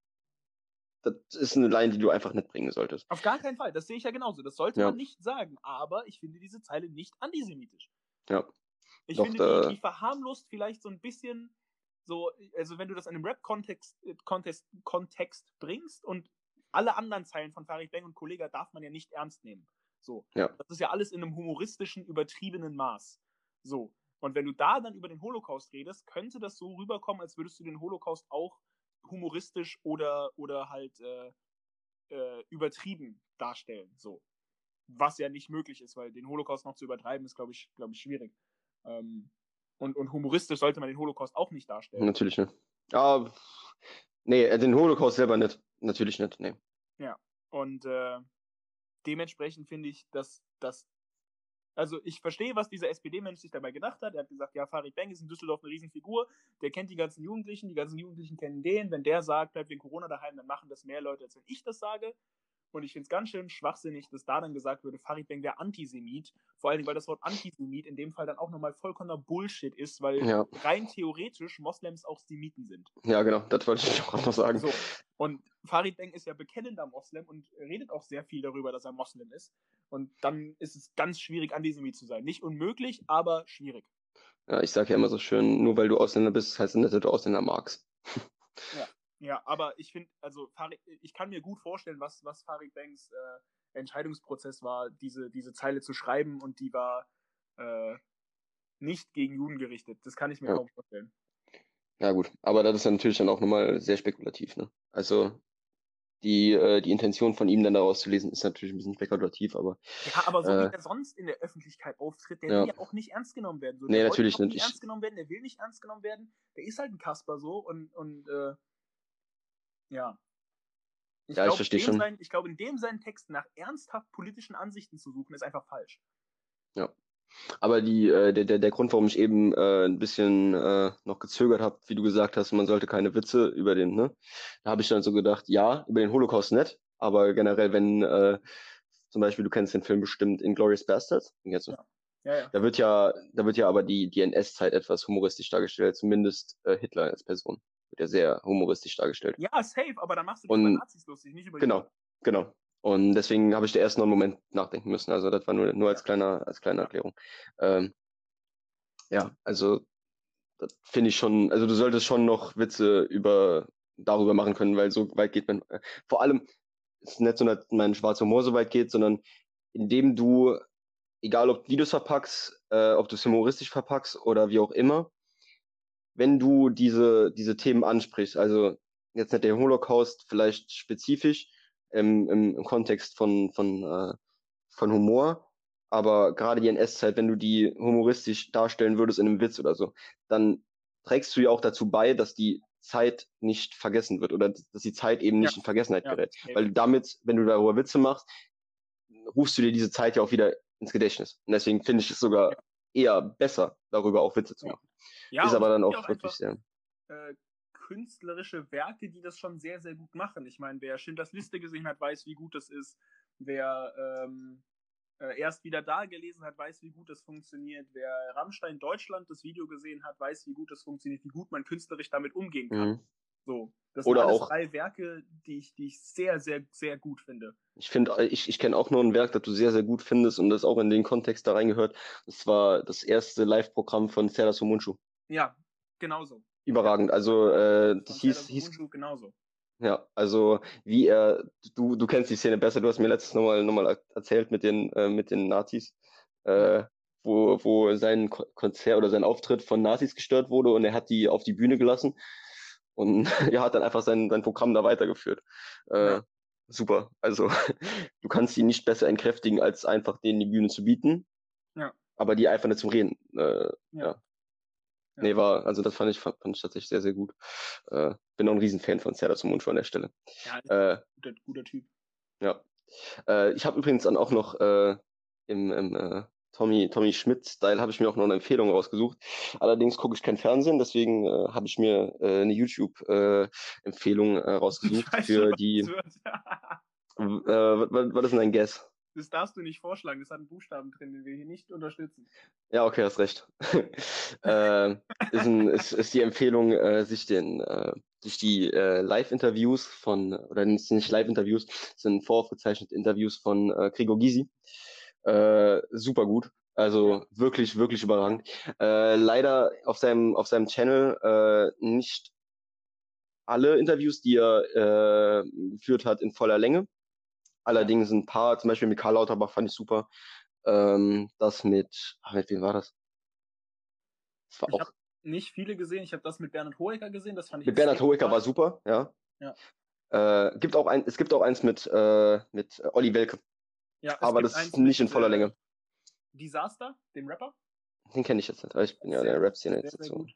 Das ist eine Line, die du einfach nicht bringen solltest. Auf gar keinen Fall, das sehe ich ja genauso. Das sollte Ja. man nicht sagen, aber ich finde diese Zeile nicht antisemitisch. Ja. Ich Doch, finde, da- die, die verharmlost vielleicht so ein bisschen so, also wenn du das in einem Rap-Kontext äh, Kontext, Kontext bringst und alle anderen Zeilen von Farid Bang und Kollega darf man ja nicht ernst nehmen. So. Ja. Das ist ja alles in einem humoristischen, übertriebenen Maß. So. Und wenn du da dann über den Holocaust redest, könnte das so rüberkommen, als würdest du den Holocaust auch humoristisch oder, oder halt äh, äh, übertrieben darstellen. So. Was ja nicht möglich ist, weil den Holocaust noch zu übertreiben, ist, glaube ich, glaube ich, schwierig. Ähm, und, und humoristisch sollte man den Holocaust auch nicht darstellen. Natürlich nicht. Ah, nee, äh, den Holocaust selber nicht. Natürlich nicht, nee. Ja. Und äh, dementsprechend finde ich, dass das. Also ich verstehe, was dieser S P D-Mensch sich dabei gedacht hat. Er hat gesagt, ja, Farid Bang ist in Düsseldorf eine Riesenfigur, der kennt die ganzen Jugendlichen, die ganzen Jugendlichen kennen den. Wenn der sagt, bleibt wegen Corona daheim, dann machen das mehr Leute, als wenn ich das sage. Und ich finde es ganz schön schwachsinnig, dass da dann gesagt würde, Farid Bang wäre Antisemit. Vor allen Dingen, weil das Wort Antisemit in dem Fall dann auch nochmal vollkommener Bullshit ist, weil Ja. rein theoretisch Moslems auch Semiten sind. Ja, genau, das wollte ich auch noch sagen. So. Und Farid Bang ist ja bekennender Moslem und redet auch sehr viel darüber, dass er Moslem ist. Und dann ist es ganz schwierig, Antisemit zu sein. Nicht unmöglich, aber schwierig. Ja, ich sage ja immer so schön, nur weil du Ausländer bist, heißt das nicht, dass du Ausländer magst. Ja, ja, aber ich finde, also Farid, ich kann mir gut vorstellen, was, was Farid Bangs äh, Entscheidungsprozess war, diese, diese Zeile zu schreiben, und die war äh, nicht gegen Juden gerichtet. Das kann ich mir Ja. kaum vorstellen. Ja, gut, aber das ist dann natürlich dann auch nochmal sehr spekulativ, ne? Also die, äh, die Intention von ihm dann daraus zu lesen, ist natürlich ein bisschen spekulativ, aber. Ja, aber so äh, wie er sonst in der Öffentlichkeit auftritt, der ja. will ja auch nicht ernst genommen werden. So, Nee, der natürlich wollte auch nicht. nie Ich- ernst genommen werden, der will nicht ernst genommen werden. Der ist halt ein Kasper so und, und äh, ja. Ich Ja, ich glaube, verstehe dem schon. sein, ich glaube, in dem seinen Texten nach ernsthaft politischen Ansichten zu suchen, ist einfach falsch. Ja. Aber die, äh, der, der, der Grund, warum ich eben äh, ein bisschen äh, noch gezögert habe, wie du gesagt hast, man sollte keine Witze über den, ne? Da habe ich dann so gedacht, ja, über den Holocaust nicht, aber generell, wenn äh, zum Beispiel, du kennst den Film bestimmt Inglourious Basterds, den kennst du? Ja. Ja, ja. Da wird ja, da wird ja aber die, die N S-Zeit etwas humoristisch dargestellt, zumindest äh, Hitler als Person. Wird ja sehr humoristisch dargestellt. Ja, safe, aber dann machst du dich Und- über Nazis lustig, nicht über Genau, Juden. genau. Und deswegen habe ich da erst noch einen Moment nachdenken müssen. Also das war nur, nur als Ja. kleiner, als kleine Ja. Erklärung. Ähm, ja, also das finde ich schon, also du solltest schon noch Witze über darüber machen können, weil so weit geht man. Äh, vor allem ist es nicht so, dass mein schwarzer Humor so weit geht, sondern indem du, egal ob wie du es verpackst, äh, ob du es humoristisch verpackst oder wie auch immer, wenn du diese, diese Themen ansprichst, also jetzt nicht der Holocaust vielleicht spezifisch im, im, im Kontext von, von, äh, von Humor, aber gerade die N S-Zeit, wenn du die humoristisch darstellen würdest in einem Witz oder so, dann trägst du ja auch dazu bei, dass die Zeit nicht vergessen wird oder dass die Zeit eben nicht Ja. in Vergessenheit Ja. gerät. Safe. Weil du damit, wenn du darüber Witze machst, rufst du dir diese Zeit ja auch wieder ins Gedächtnis. Und deswegen finde ich es sogar Ja. eher besser, darüber auch Witze zu Ja. machen. Ja, Ist und aber es dann gibt ja auch auch wirklich einfach sehr. äh, künstlerische Werke, die das schon sehr, sehr gut machen. Ich meine, wer Schindlers Liste gesehen hat, weiß, wie gut das ist. Wer ähm, äh, erst wieder da gelesen hat, weiß, wie gut das funktioniert. Wer Rammstein Deutschland das Video gesehen hat, weiß, wie gut das funktioniert, wie gut man künstlerisch damit umgehen kann. Mhm. So. Das sind Oder alles auch, drei Werke, die ich, die ich sehr, sehr, sehr gut finde. ich finde, ich, ich kenne auch nur ein Werk, das du sehr, sehr gut findest und das auch in den Kontext da reingehört. Das war das erste Live-Programm von Serdar Somuncu. Ja, genauso. Überragend. Also, äh, das Von hieß, Serdar hieß, Somuncu genauso. ja, also wie er, du, du kennst die Szene besser, du hast mir letztens nochmal noch mal erzählt mit den, äh, mit den Nazis, äh, wo, wo sein Ko- Konzert oder sein Auftritt von Nazis gestört wurde und er hat die auf die Bühne gelassen und er hat dann einfach sein, sein Programm da weitergeführt. Äh, Ja. Super. Also du kannst ihn nicht besser entkräftigen, als einfach denen die Bühne zu bieten, Ja. aber die einfach nicht zum Reden. Äh, Ja. ja. Ja. Nee, war, also das fand ich, fand, fand ich tatsächlich sehr, sehr gut. Äh, bin auch ein Riesenfan von Serdar Somuncu an der Stelle. Ja, ist Äh, ein guter, guter Typ. ja. Äh, ich habe übrigens dann auch noch äh, im, im äh, Tommy, Tommy Schmidt-Style habe ich mir auch noch eine Empfehlung rausgesucht. Allerdings gucke ich kein Fernsehen, deswegen äh, habe ich mir äh, eine YouTube-Empfehlung äh, Ich rausgesucht weiß schon, für was die. es wird. Äh, was, was ist denn ein Guess? Das darfst du nicht vorschlagen. Das hat einen Buchstaben drin, den wir hier nicht unterstützen. Ja, okay, hast recht. äh, ist, ein, ist, ist die Empfehlung, äh, sich den äh, sich die äh, Live-Interviews von, oder nicht nicht Live-Interviews, sind voraufgezeichnete Interviews von äh, Gregor Gysi. Äh, super gut. Also Ja. wirklich, wirklich überragend. Äh, leider auf seinem, auf seinem Channel äh, nicht alle Interviews, die er äh, geführt hat, in voller Länge. Allerdings ein paar, zum Beispiel mit Karl Lauterbach fand ich super. Ähm, das mit, ach, mit wem war das? Das war Ich auch, habe nicht viele gesehen. Ich habe das mit Bernhard Hoeker gesehen. Das fand ich mit Bernhard Hoeker war spannend. super, ja. Ja. Äh, gibt auch ein, es gibt auch eins mit, äh, mit Olli Welke. Ja, es Aber gibt das ist eins nicht mit in voller äh, Länge. Disaster, dem Rapper. Den kenne ich jetzt nicht. aber Ich bin ja in Sehr, der Rap-Szene sehr, jetzt sehr dazu. gut.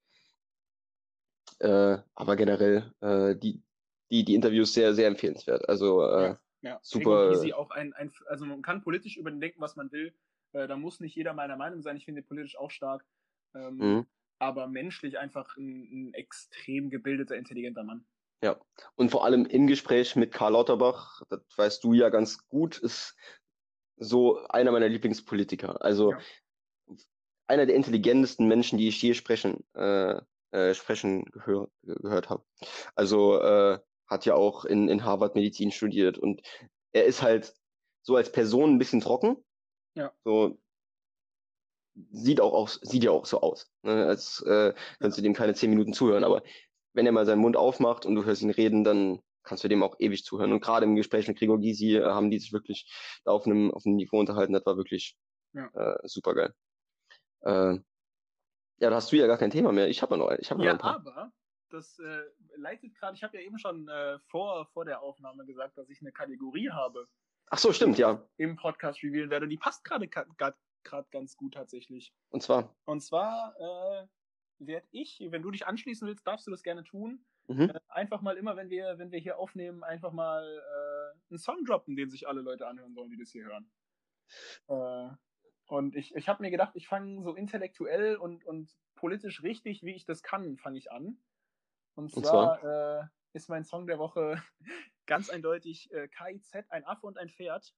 Äh, aber generell, äh, die, die, die Interviews sehr, sehr empfehlenswert. Also äh, Ja, ja. Gregor super. Gysi auch ein, ein, also man kann politisch über den denken, was man will. Äh, da muss nicht jeder meiner Meinung sein. Ich finde ihn politisch auch stark. Ähm, Mhm. aber menschlich einfach ein, ein extrem gebildeter, intelligenter Mann. Ja, und vor allem im Gespräch mit Karl Lauterbach, das weißt du ja ganz gut, ist so einer meiner Lieblingspolitiker. Also Ja. einer der intelligentesten Menschen, die ich je sprechen, äh, äh, sprechen gehör, gehört habe. Also äh, hat ja auch in, in Harvard Medizin studiert und er ist halt so als Person ein bisschen trocken. Ja. So sieht auch aus, sieht ja auch so aus. Ne? Als äh, kannst du dem keine zehn Minuten zuhören, aber wenn er mal seinen Mund aufmacht und du hörst ihn reden, dann kannst du dem auch ewig zuhören. Und gerade im Gespräch mit Gregor Gysi äh, haben die sich wirklich da auf einem, auf einem Niveau unterhalten. Das war wirklich Ja. äh, super geil. Äh, ja, da hast du ja gar kein Thema mehr. Ich habe ja noch, ich hab ja noch Ja, ein paar. aber das äh, leitet gerade, ich habe ja eben schon äh, vor, vor der Aufnahme gesagt, dass ich eine Kategorie habe, Ach so, die stimmt, ich ja. im Podcast revealen werde. Die passt gerade gerade ganz gut tatsächlich. Und zwar, Und zwar äh, werde ich, wenn du dich anschließen willst, darfst du das gerne tun. mhm. Äh, einfach mal immer, wenn wir, wenn wir hier aufnehmen, einfach mal äh, einen Song droppen, den sich alle Leute anhören sollen, die das hier hören. Äh, und ich, ich habe mir gedacht, ich fange so intellektuell und, und politisch richtig, wie ich das kann, fange ich an. Und Und zwar, zwar äh, ist mein Song der Woche ganz eindeutig äh, K I Z, ein Affe und ein Pferd.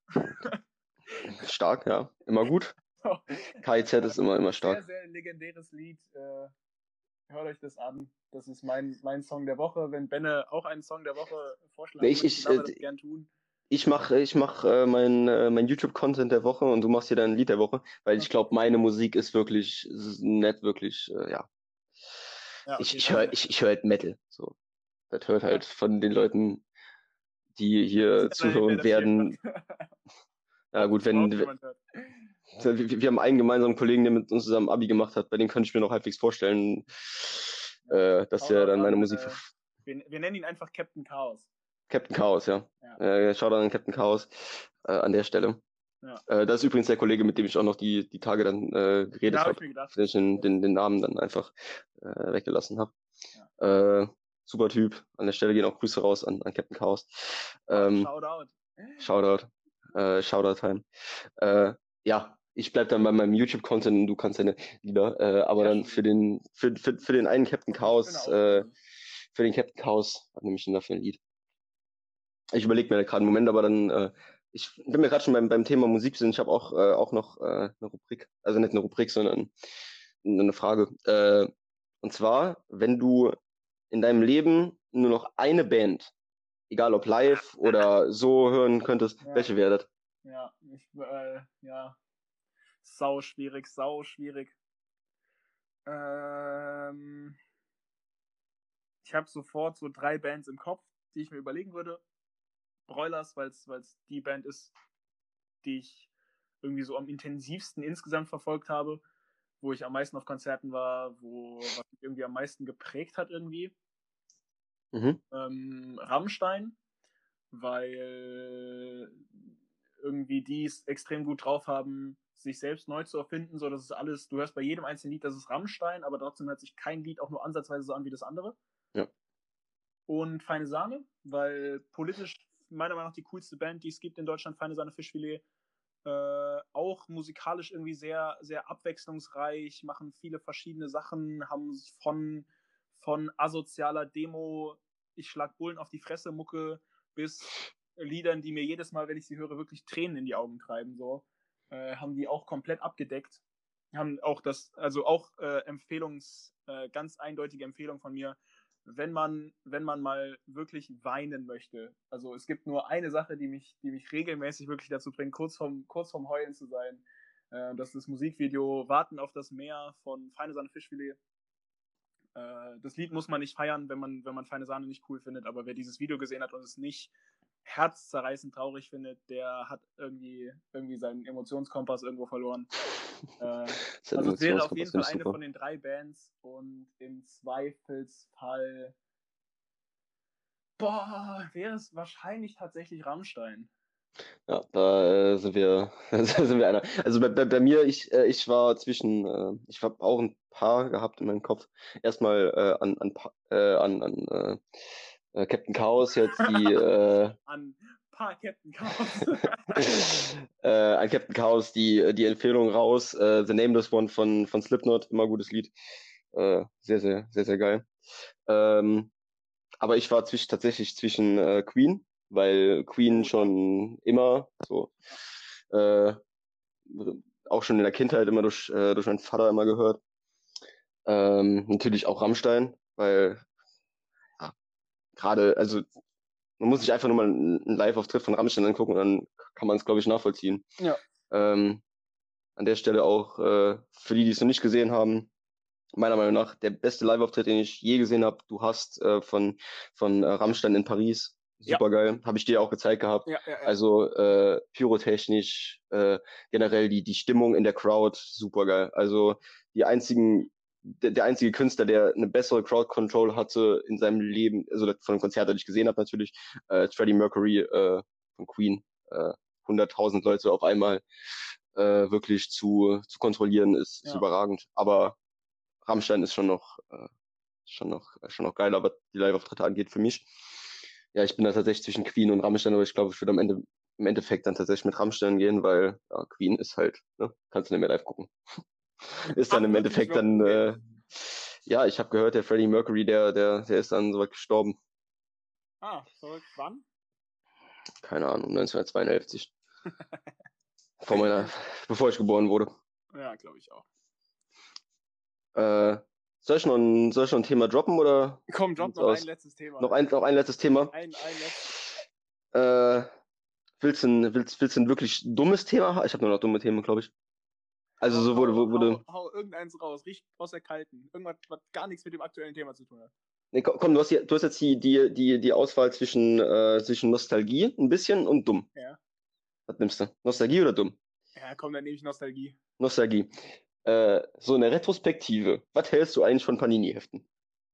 stark, ja. Immer gut. So. K I Z ist immer, immer Sehr, stark. sehr legendäres Lied. Äh, hört euch das an. Das ist mein, mein Song der Woche. Wenn Benne auch einen Song der Woche vorschlagen Nee, ich, möchte, ich, darf er äh, das gern tun. ich mache ich mach, äh, mein, äh, mein YouTube-Content der Woche und du machst hier dein Lied der Woche, weil ich glaube, meine Musik ist wirklich ist nicht wirklich, äh, ja. Ja, Ich, okay, ich dann, höre ich, ich hör halt Metal. So. Das hört ja, halt von den Leuten, die wir hier sind ja dahin, wer zuhören das hier werden. hört. Ja Ob gut, das überhaupt wenn, jemand hört. wenn wir, wir haben einen gemeinsamen Kollegen, der mit uns zusammen Abi gemacht hat, bei dem könnte ich mir noch halbwegs vorstellen, äh, dass er Shoutout dann meine an, Musik. äh, wir, wir nennen ihn einfach Captain Chaos. Captain Chaos, ja. Ja. Äh, Shoutout an Captain Chaos äh, an der Stelle. Ja. Äh, das ist übrigens der Kollege, mit dem ich auch noch die, die Tage dann äh, geredet Ja, hab habe, ich mir gedacht. den ich den, den, den Namen dann einfach äh, weggelassen habe. Ja. Äh, super Typ. An der Stelle gehen auch Grüße raus an, an Captain Chaos. Ähm, Shoutout. Shoutout. Äh, Shoutout Time. Äh, ja, ich bleib dann bei meinem YouTube-Content und du kannst deine Lieder, äh, aber Ja, dann schön. für den, für, für, für den einen Captain Chaos, Schöne äh, Auflösung. für den Captain Chaos, was nehme ich denn da für ein Lied? Ich überlege mir gerade einen Moment, aber dann, äh, ich bin mir gerade schon beim, beim Thema Musik sind. Ich habe auch, äh, auch noch äh, eine Rubrik, also nicht eine Rubrik, sondern eine Frage. Äh, und zwar, wenn du in deinem Leben nur noch eine Band, egal ob live oder so hören könntest, Ja. welche wäre das? Ja, ich, äh, ja, sau schwierig, sau schwierig. Ähm, ich habe sofort so drei Bands im Kopf, die ich mir überlegen würde. Broilers, weil es die Band ist, die ich irgendwie so am intensivsten insgesamt verfolgt habe, wo ich am meisten auf Konzerten war, wo was mich irgendwie am meisten geprägt hat irgendwie. Mhm. Ähm, Rammstein, weil irgendwie die es extrem gut drauf haben, sich selbst neu zu erfinden, so dass es alles, du hörst bei jedem einzelnen Lied, das ist Rammstein, aber trotzdem hört sich kein Lied auch nur ansatzweise so an wie das andere. Ja. Und Feine Sahne, weil politisch meiner Meinung nach die coolste Band, die es gibt in Deutschland, Feine Sahne Fischfilet. Äh, auch musikalisch irgendwie sehr, sehr abwechslungsreich, machen viele verschiedene Sachen, haben von, von asozialer Demo, ich schlag Bullen auf die Fresse Mucke, bis Liedern, die mir jedes Mal, wenn ich sie höre, wirklich Tränen in die Augen treiben, so, äh, haben die auch komplett abgedeckt. Haben auch das, also auch äh, Empfehlungs, äh, ganz eindeutige Empfehlung von mir, wenn man, wenn man mal wirklich weinen möchte. Also es gibt nur eine Sache, die mich, die mich regelmäßig wirklich dazu bringt, kurz vorm, kurz vorm Heulen zu sein. Äh, das ist das Musikvideo Warten auf das Meer von Feine Sahne Fischfilet. Äh, das Lied muss man nicht feiern, wenn man, wenn man Feine Sahne nicht cool findet, aber wer dieses Video gesehen hat und es nicht herzzerreißend traurig findet, der hat irgendwie, irgendwie seinen Emotionskompass irgendwo verloren. Äh, also es wäre auf jeden Fall eine von den drei Bands und im Zweifelsfall boah, wäre es wahrscheinlich tatsächlich Rammstein. Ja, da äh, sind wir, sind wir einer. Also bei, bei, bei mir, ich, äh, ich war zwischen, äh, ich habe auch ein paar gehabt in meinem Kopf. Erstmal äh, an, an, Pa- äh, an, an äh, äh, Captain Chaos jetzt die äh, An paar Captain Chaos. äh, an Captain Chaos die, die Empfehlung raus. Äh, The Nameless One von, von Slipknot, immer gutes Lied. Äh, sehr, sehr, sehr, sehr geil. Ähm, aber ich war zwischen, tatsächlich zwischen äh, Queen, weil Queen Oh, ja. schon immer so äh, auch schon in der Kindheit immer durch, äh, durch meinen Vater immer gehört. Ähm, natürlich auch Rammstein, weil ja, gerade, also man muss sich einfach nur mal einen Live-Auftritt von Rammstein angucken und dann kann man es, glaube ich, nachvollziehen. Ja. Ähm, an der Stelle auch äh, für die, die es noch nicht gesehen haben, meiner Meinung nach der beste Live-Auftritt, den ich je gesehen habe. Du hast äh, von, von äh, Rammstein in Paris. Super geil. Habe ich dir auch gezeigt gehabt. Ja, ja, ja. Also äh, pyrotechnisch, äh, generell die, die Stimmung in der Crowd, super geil. Also die einzigen, der, der einzige Künstler, der eine bessere Crowd Control hatte in seinem Leben, also von dem Konzert, das ich gesehen habe natürlich, äh, Freddie Mercury äh, von Queen, äh, hunderttausend Leute auf einmal äh, wirklich zu, zu kontrollieren, ist, ist Ja. überragend. Aber Rammstein ist schon noch, äh, schon noch, schon noch geil, aber die Live-Auftritte angeht für mich. Ja, ich bin da tatsächlich zwischen Queen und Rammstein, aber ich glaube, ich würde am Ende im Endeffekt dann tatsächlich mit Rammstein gehen, weil ja, Queen ist halt, ne, kannst du nicht mehr live gucken. Ist dann Ach, im wirklich? Endeffekt Okay. dann, äh, ja, ich habe gehört, der Freddie Mercury, der, der, der ist dann soweit gestorben. Ah, verrückt. Wann? Keine Ahnung, neunzehnhundertzweiundelfzig. Vor meiner, bevor ich geboren wurde. Ja, glaube ich auch. Äh, soll ich noch ein, soll ich noch ein Thema droppen oder? Komm, drop noch aus? ein letztes Thema. Noch ein, noch ein letztes Thema. Ein, ein letztes. Äh, willst du ein, willst, willst du ein wirklich dummes Thema haben? Ich habe nur noch dumme Themen, glaube ich. Also hau, so wurde, hau, wurde. Hau, hau irgendeins raus, riecht aus der Kalten. Irgendwas, was gar nichts mit dem aktuellen Thema zu tun hat. Nee, komm, du hast, hier, du hast jetzt die, die, die, die Auswahl zwischen, äh, zwischen Nostalgie ein bisschen und dumm. Ja. Was nimmst du? Nostalgie oder dumm? Ja, komm, dann nehme ich Nostalgie. Nostalgie. Äh, so eine Retrospektive. Was hältst du eigentlich von Panini-Heften?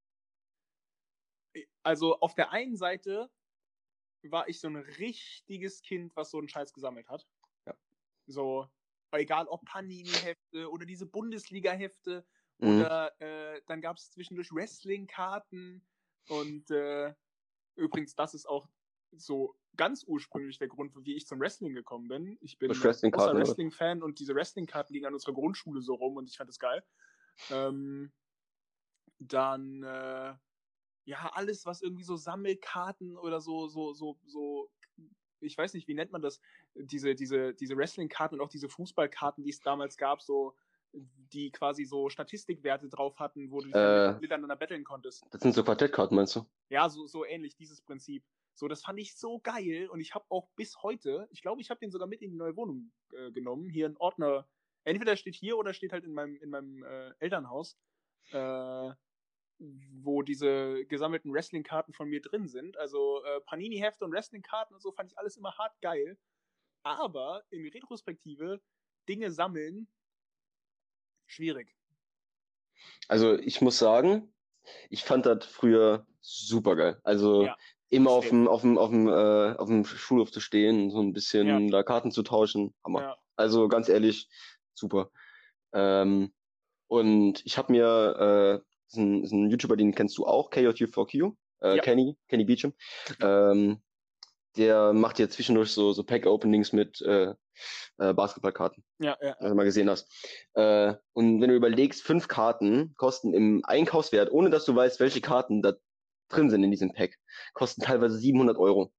Also auf der einen Seite war ich so ein richtiges Kind, was so einen Scheiß gesammelt hat. Ja. So, egal ob Panini-Hefte oder diese Bundesliga-Hefte Mhm. oder äh, dann gab es zwischendurch Wrestling-Karten und äh, übrigens, das ist auch so ganz ursprünglich der Grund, wie ich zum Wrestling gekommen bin. Ich bin Wrestling großer Wrestling-Fan und diese Wrestling-Karten gingen an unserer Grundschule so rum und ich fand das geil. Ähm, dann äh, ja, alles, was irgendwie so Sammelkarten oder so, so, so, so, ich weiß nicht, wie nennt man das, diese, diese, diese Wrestling-Karten und auch diese Fußballkarten, die es damals gab, so die quasi so Statistikwerte drauf hatten, wo du dich Äh. dann mit miteinander battlen konntest. Das sind so Quartettkarten, meinst du? Ja, so, so ähnlich, dieses Prinzip. So, das fand ich so geil und ich habe auch bis heute, ich glaube, ich habe den sogar mit in die neue Wohnung äh, genommen, hier ein Ordner, entweder steht hier oder steht halt in meinem, in meinem äh, Elternhaus, äh, wo diese gesammelten Wrestling-Karten von mir drin sind. Also äh, Panini-Hefte und Wrestling-Karten und so fand ich alles immer hart geil. Aber in Retrospektive Dinge sammeln, schwierig. Also ich muss sagen, ich fand das früher super geil. Also Ja, immer auf safe. dem, auf dem, auf dem, äh, auf dem Schulhof zu stehen, so ein bisschen Ja. da Karten zu tauschen. Hammer. Ja. Also ganz ehrlich, super. Ähm, und ich habe mir, äh, ist ein, ist ein YouTuber, den kennst du auch, K J U vier Q, äh, Ja. Kenny, Kenny Beecham. Ja. Ähm, der macht ja zwischendurch so, so Pack-Openings mit äh, äh, Basketballkarten. Ja, ja, wenn du mal gesehen hast. Äh, und wenn du überlegst, fünf Karten kosten im Einkaufswert, ohne dass du weißt, welche Karten da drin sind in diesem Pack, kosten teilweise siebenhundert Euro.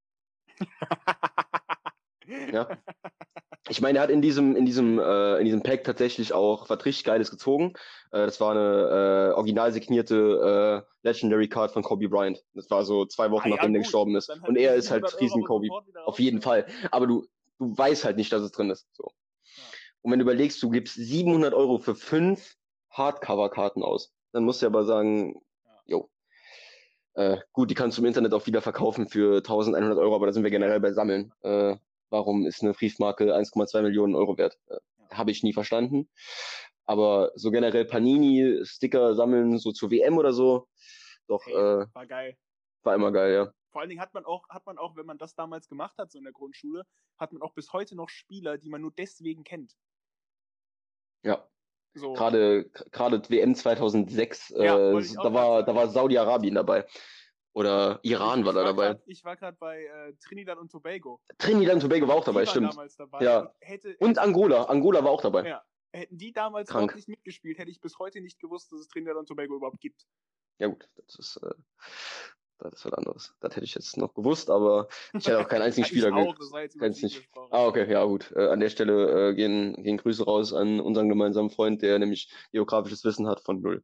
Ja. Ich meine, er hat in diesem, in diesem, äh, in diesem Pack tatsächlich auch was richtig Geiles gezogen. Äh, das war eine äh, original signierte äh, Legendary Card von Kobe Bryant. Das war so zwei Wochen Ah, ja, nachdem der gut. gestorben ist. Dann hat Und die er ist halt siebenhundert Euro riesen aber Kobe. sofort wieder Auf jeden rausgenommen. Fall. Aber du, du weißt halt nicht, dass es drin ist. So. Ja. Und wenn du überlegst, du gibst siebenhundert Euro für fünf Hardcover-Karten aus, dann musst du aber sagen, jo, äh, gut, die kannst du im Internet auch wieder verkaufen für eintausendeinhundert Euro, aber da sind wir generell bei Sammeln. Äh, warum ist eine Briefmarke eins Komma zwei Millionen Euro wert? Äh, Ja. Habe ich nie verstanden. Aber so generell Panini, Sticker sammeln, so zur W M oder so, doch, Hey, äh, war geil. war immer geil, ja. Vor allen Dingen hat man auch, hat man auch, wenn man das damals gemacht hat, so in der Grundschule, hat man auch bis heute noch Spieler, die man nur deswegen kennt. Ja. So. Gerade gerade W M zweitausendsechs, Ja, äh, wollte ich auch da grad war sagen. da war Saudi-Arabien dabei. Oder Iran Ich, war ich da war dabei. grad, ich war gerade bei äh, Trinidad und Tobago. Trinidad und Tobago war auch Die dabei, waren stimmt. damals dabei. Ja. Und, hätte, Und hätte, Angola, Angola war auch dabei. Ja. Hätten die damals Krank. dort nicht mitgespielt, hätte ich bis heute nicht gewusst, dass es Trinidad und Tobago überhaupt gibt. Ja gut, das ist, äh, das ist was anderes. Das hätte ich jetzt noch gewusst, aber ich hätte auch keinen einzigen Ja, ich Spieler auch, das war jetzt Kann's übertrieben nicht. gesprochen. Ah, okay, ja gut. Äh, an der Stelle äh, gehen, gehen Grüße raus an unseren gemeinsamen Freund, der nämlich geografisches Wissen hat von null.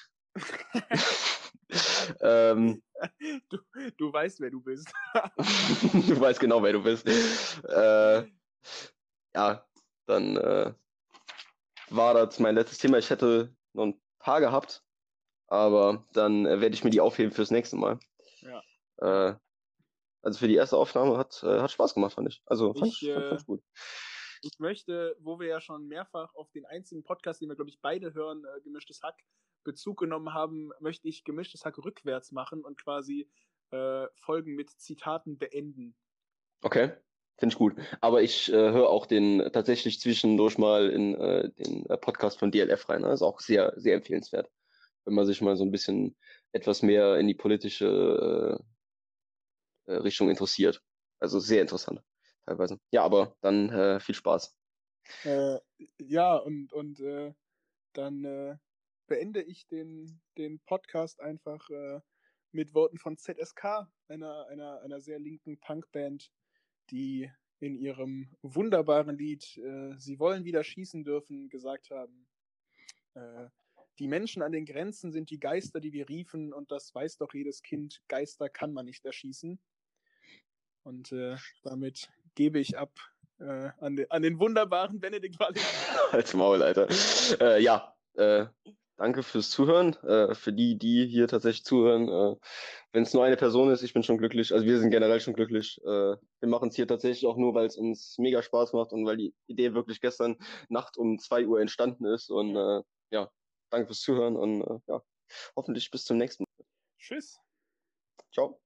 ähm, du, du weißt, wer du bist. du weißt genau, wer du bist. Äh, ja, dann äh, war das mein letztes Thema. Ich hätte noch ein paar gehabt, aber dann äh, werde ich mir die aufheben fürs nächste Mal. Ja. Äh, also für die erste Aufnahme hat, äh, hat Spaß gemacht, fand ich. Also fand ich, Ich, fand, fand äh, ich gut. Ich möchte, wo wir ja schon mehrfach auf den einzigen Podcast, den wir, glaube ich, beide hören, äh, Gemischtes Hack, Bezug genommen haben, möchte ich Gemischtes Hack rückwärts machen und quasi äh, Folgen mit Zitaten beenden. Okay, finde ich gut. Aber ich äh, höre auch den tatsächlich zwischendurch mal in äh, den äh, Podcast von D L F rein. Das ist auch sehr, sehr empfehlenswert, wenn man sich mal so ein bisschen etwas mehr in die politische äh, äh, Richtung interessiert. Also sehr interessant teilweise. Ja, aber dann äh, viel Spaß. Äh, ja, und, und äh, dann äh, beende ich den, den Podcast einfach äh, mit Worten von Z S K, einer, einer, einer sehr linken Punkband, die in ihrem wunderbaren Lied äh, Sie wollen wieder schießen dürfen gesagt haben, äh, die Menschen an den Grenzen sind die Geister, die wir riefen, und das weiß doch jedes Kind, Geister kann man nicht erschießen. Und äh, damit gebe ich ab äh, an, de, an den wunderbaren Benedikt Walling. Als Maul, Alter. Äh, ja, äh, danke fürs Zuhören. Äh, für die, die hier tatsächlich zuhören. Äh, Wenn es nur eine Person ist, ich bin schon glücklich. Also wir sind generell schon glücklich. Äh, wir machen es hier tatsächlich auch nur, weil es uns mega Spaß macht und weil die Idee wirklich gestern Nacht um zwei Uhr entstanden ist. Und äh, ja, danke fürs Zuhören und äh, ja, hoffentlich bis zum nächsten Mal. Tschüss. Ciao.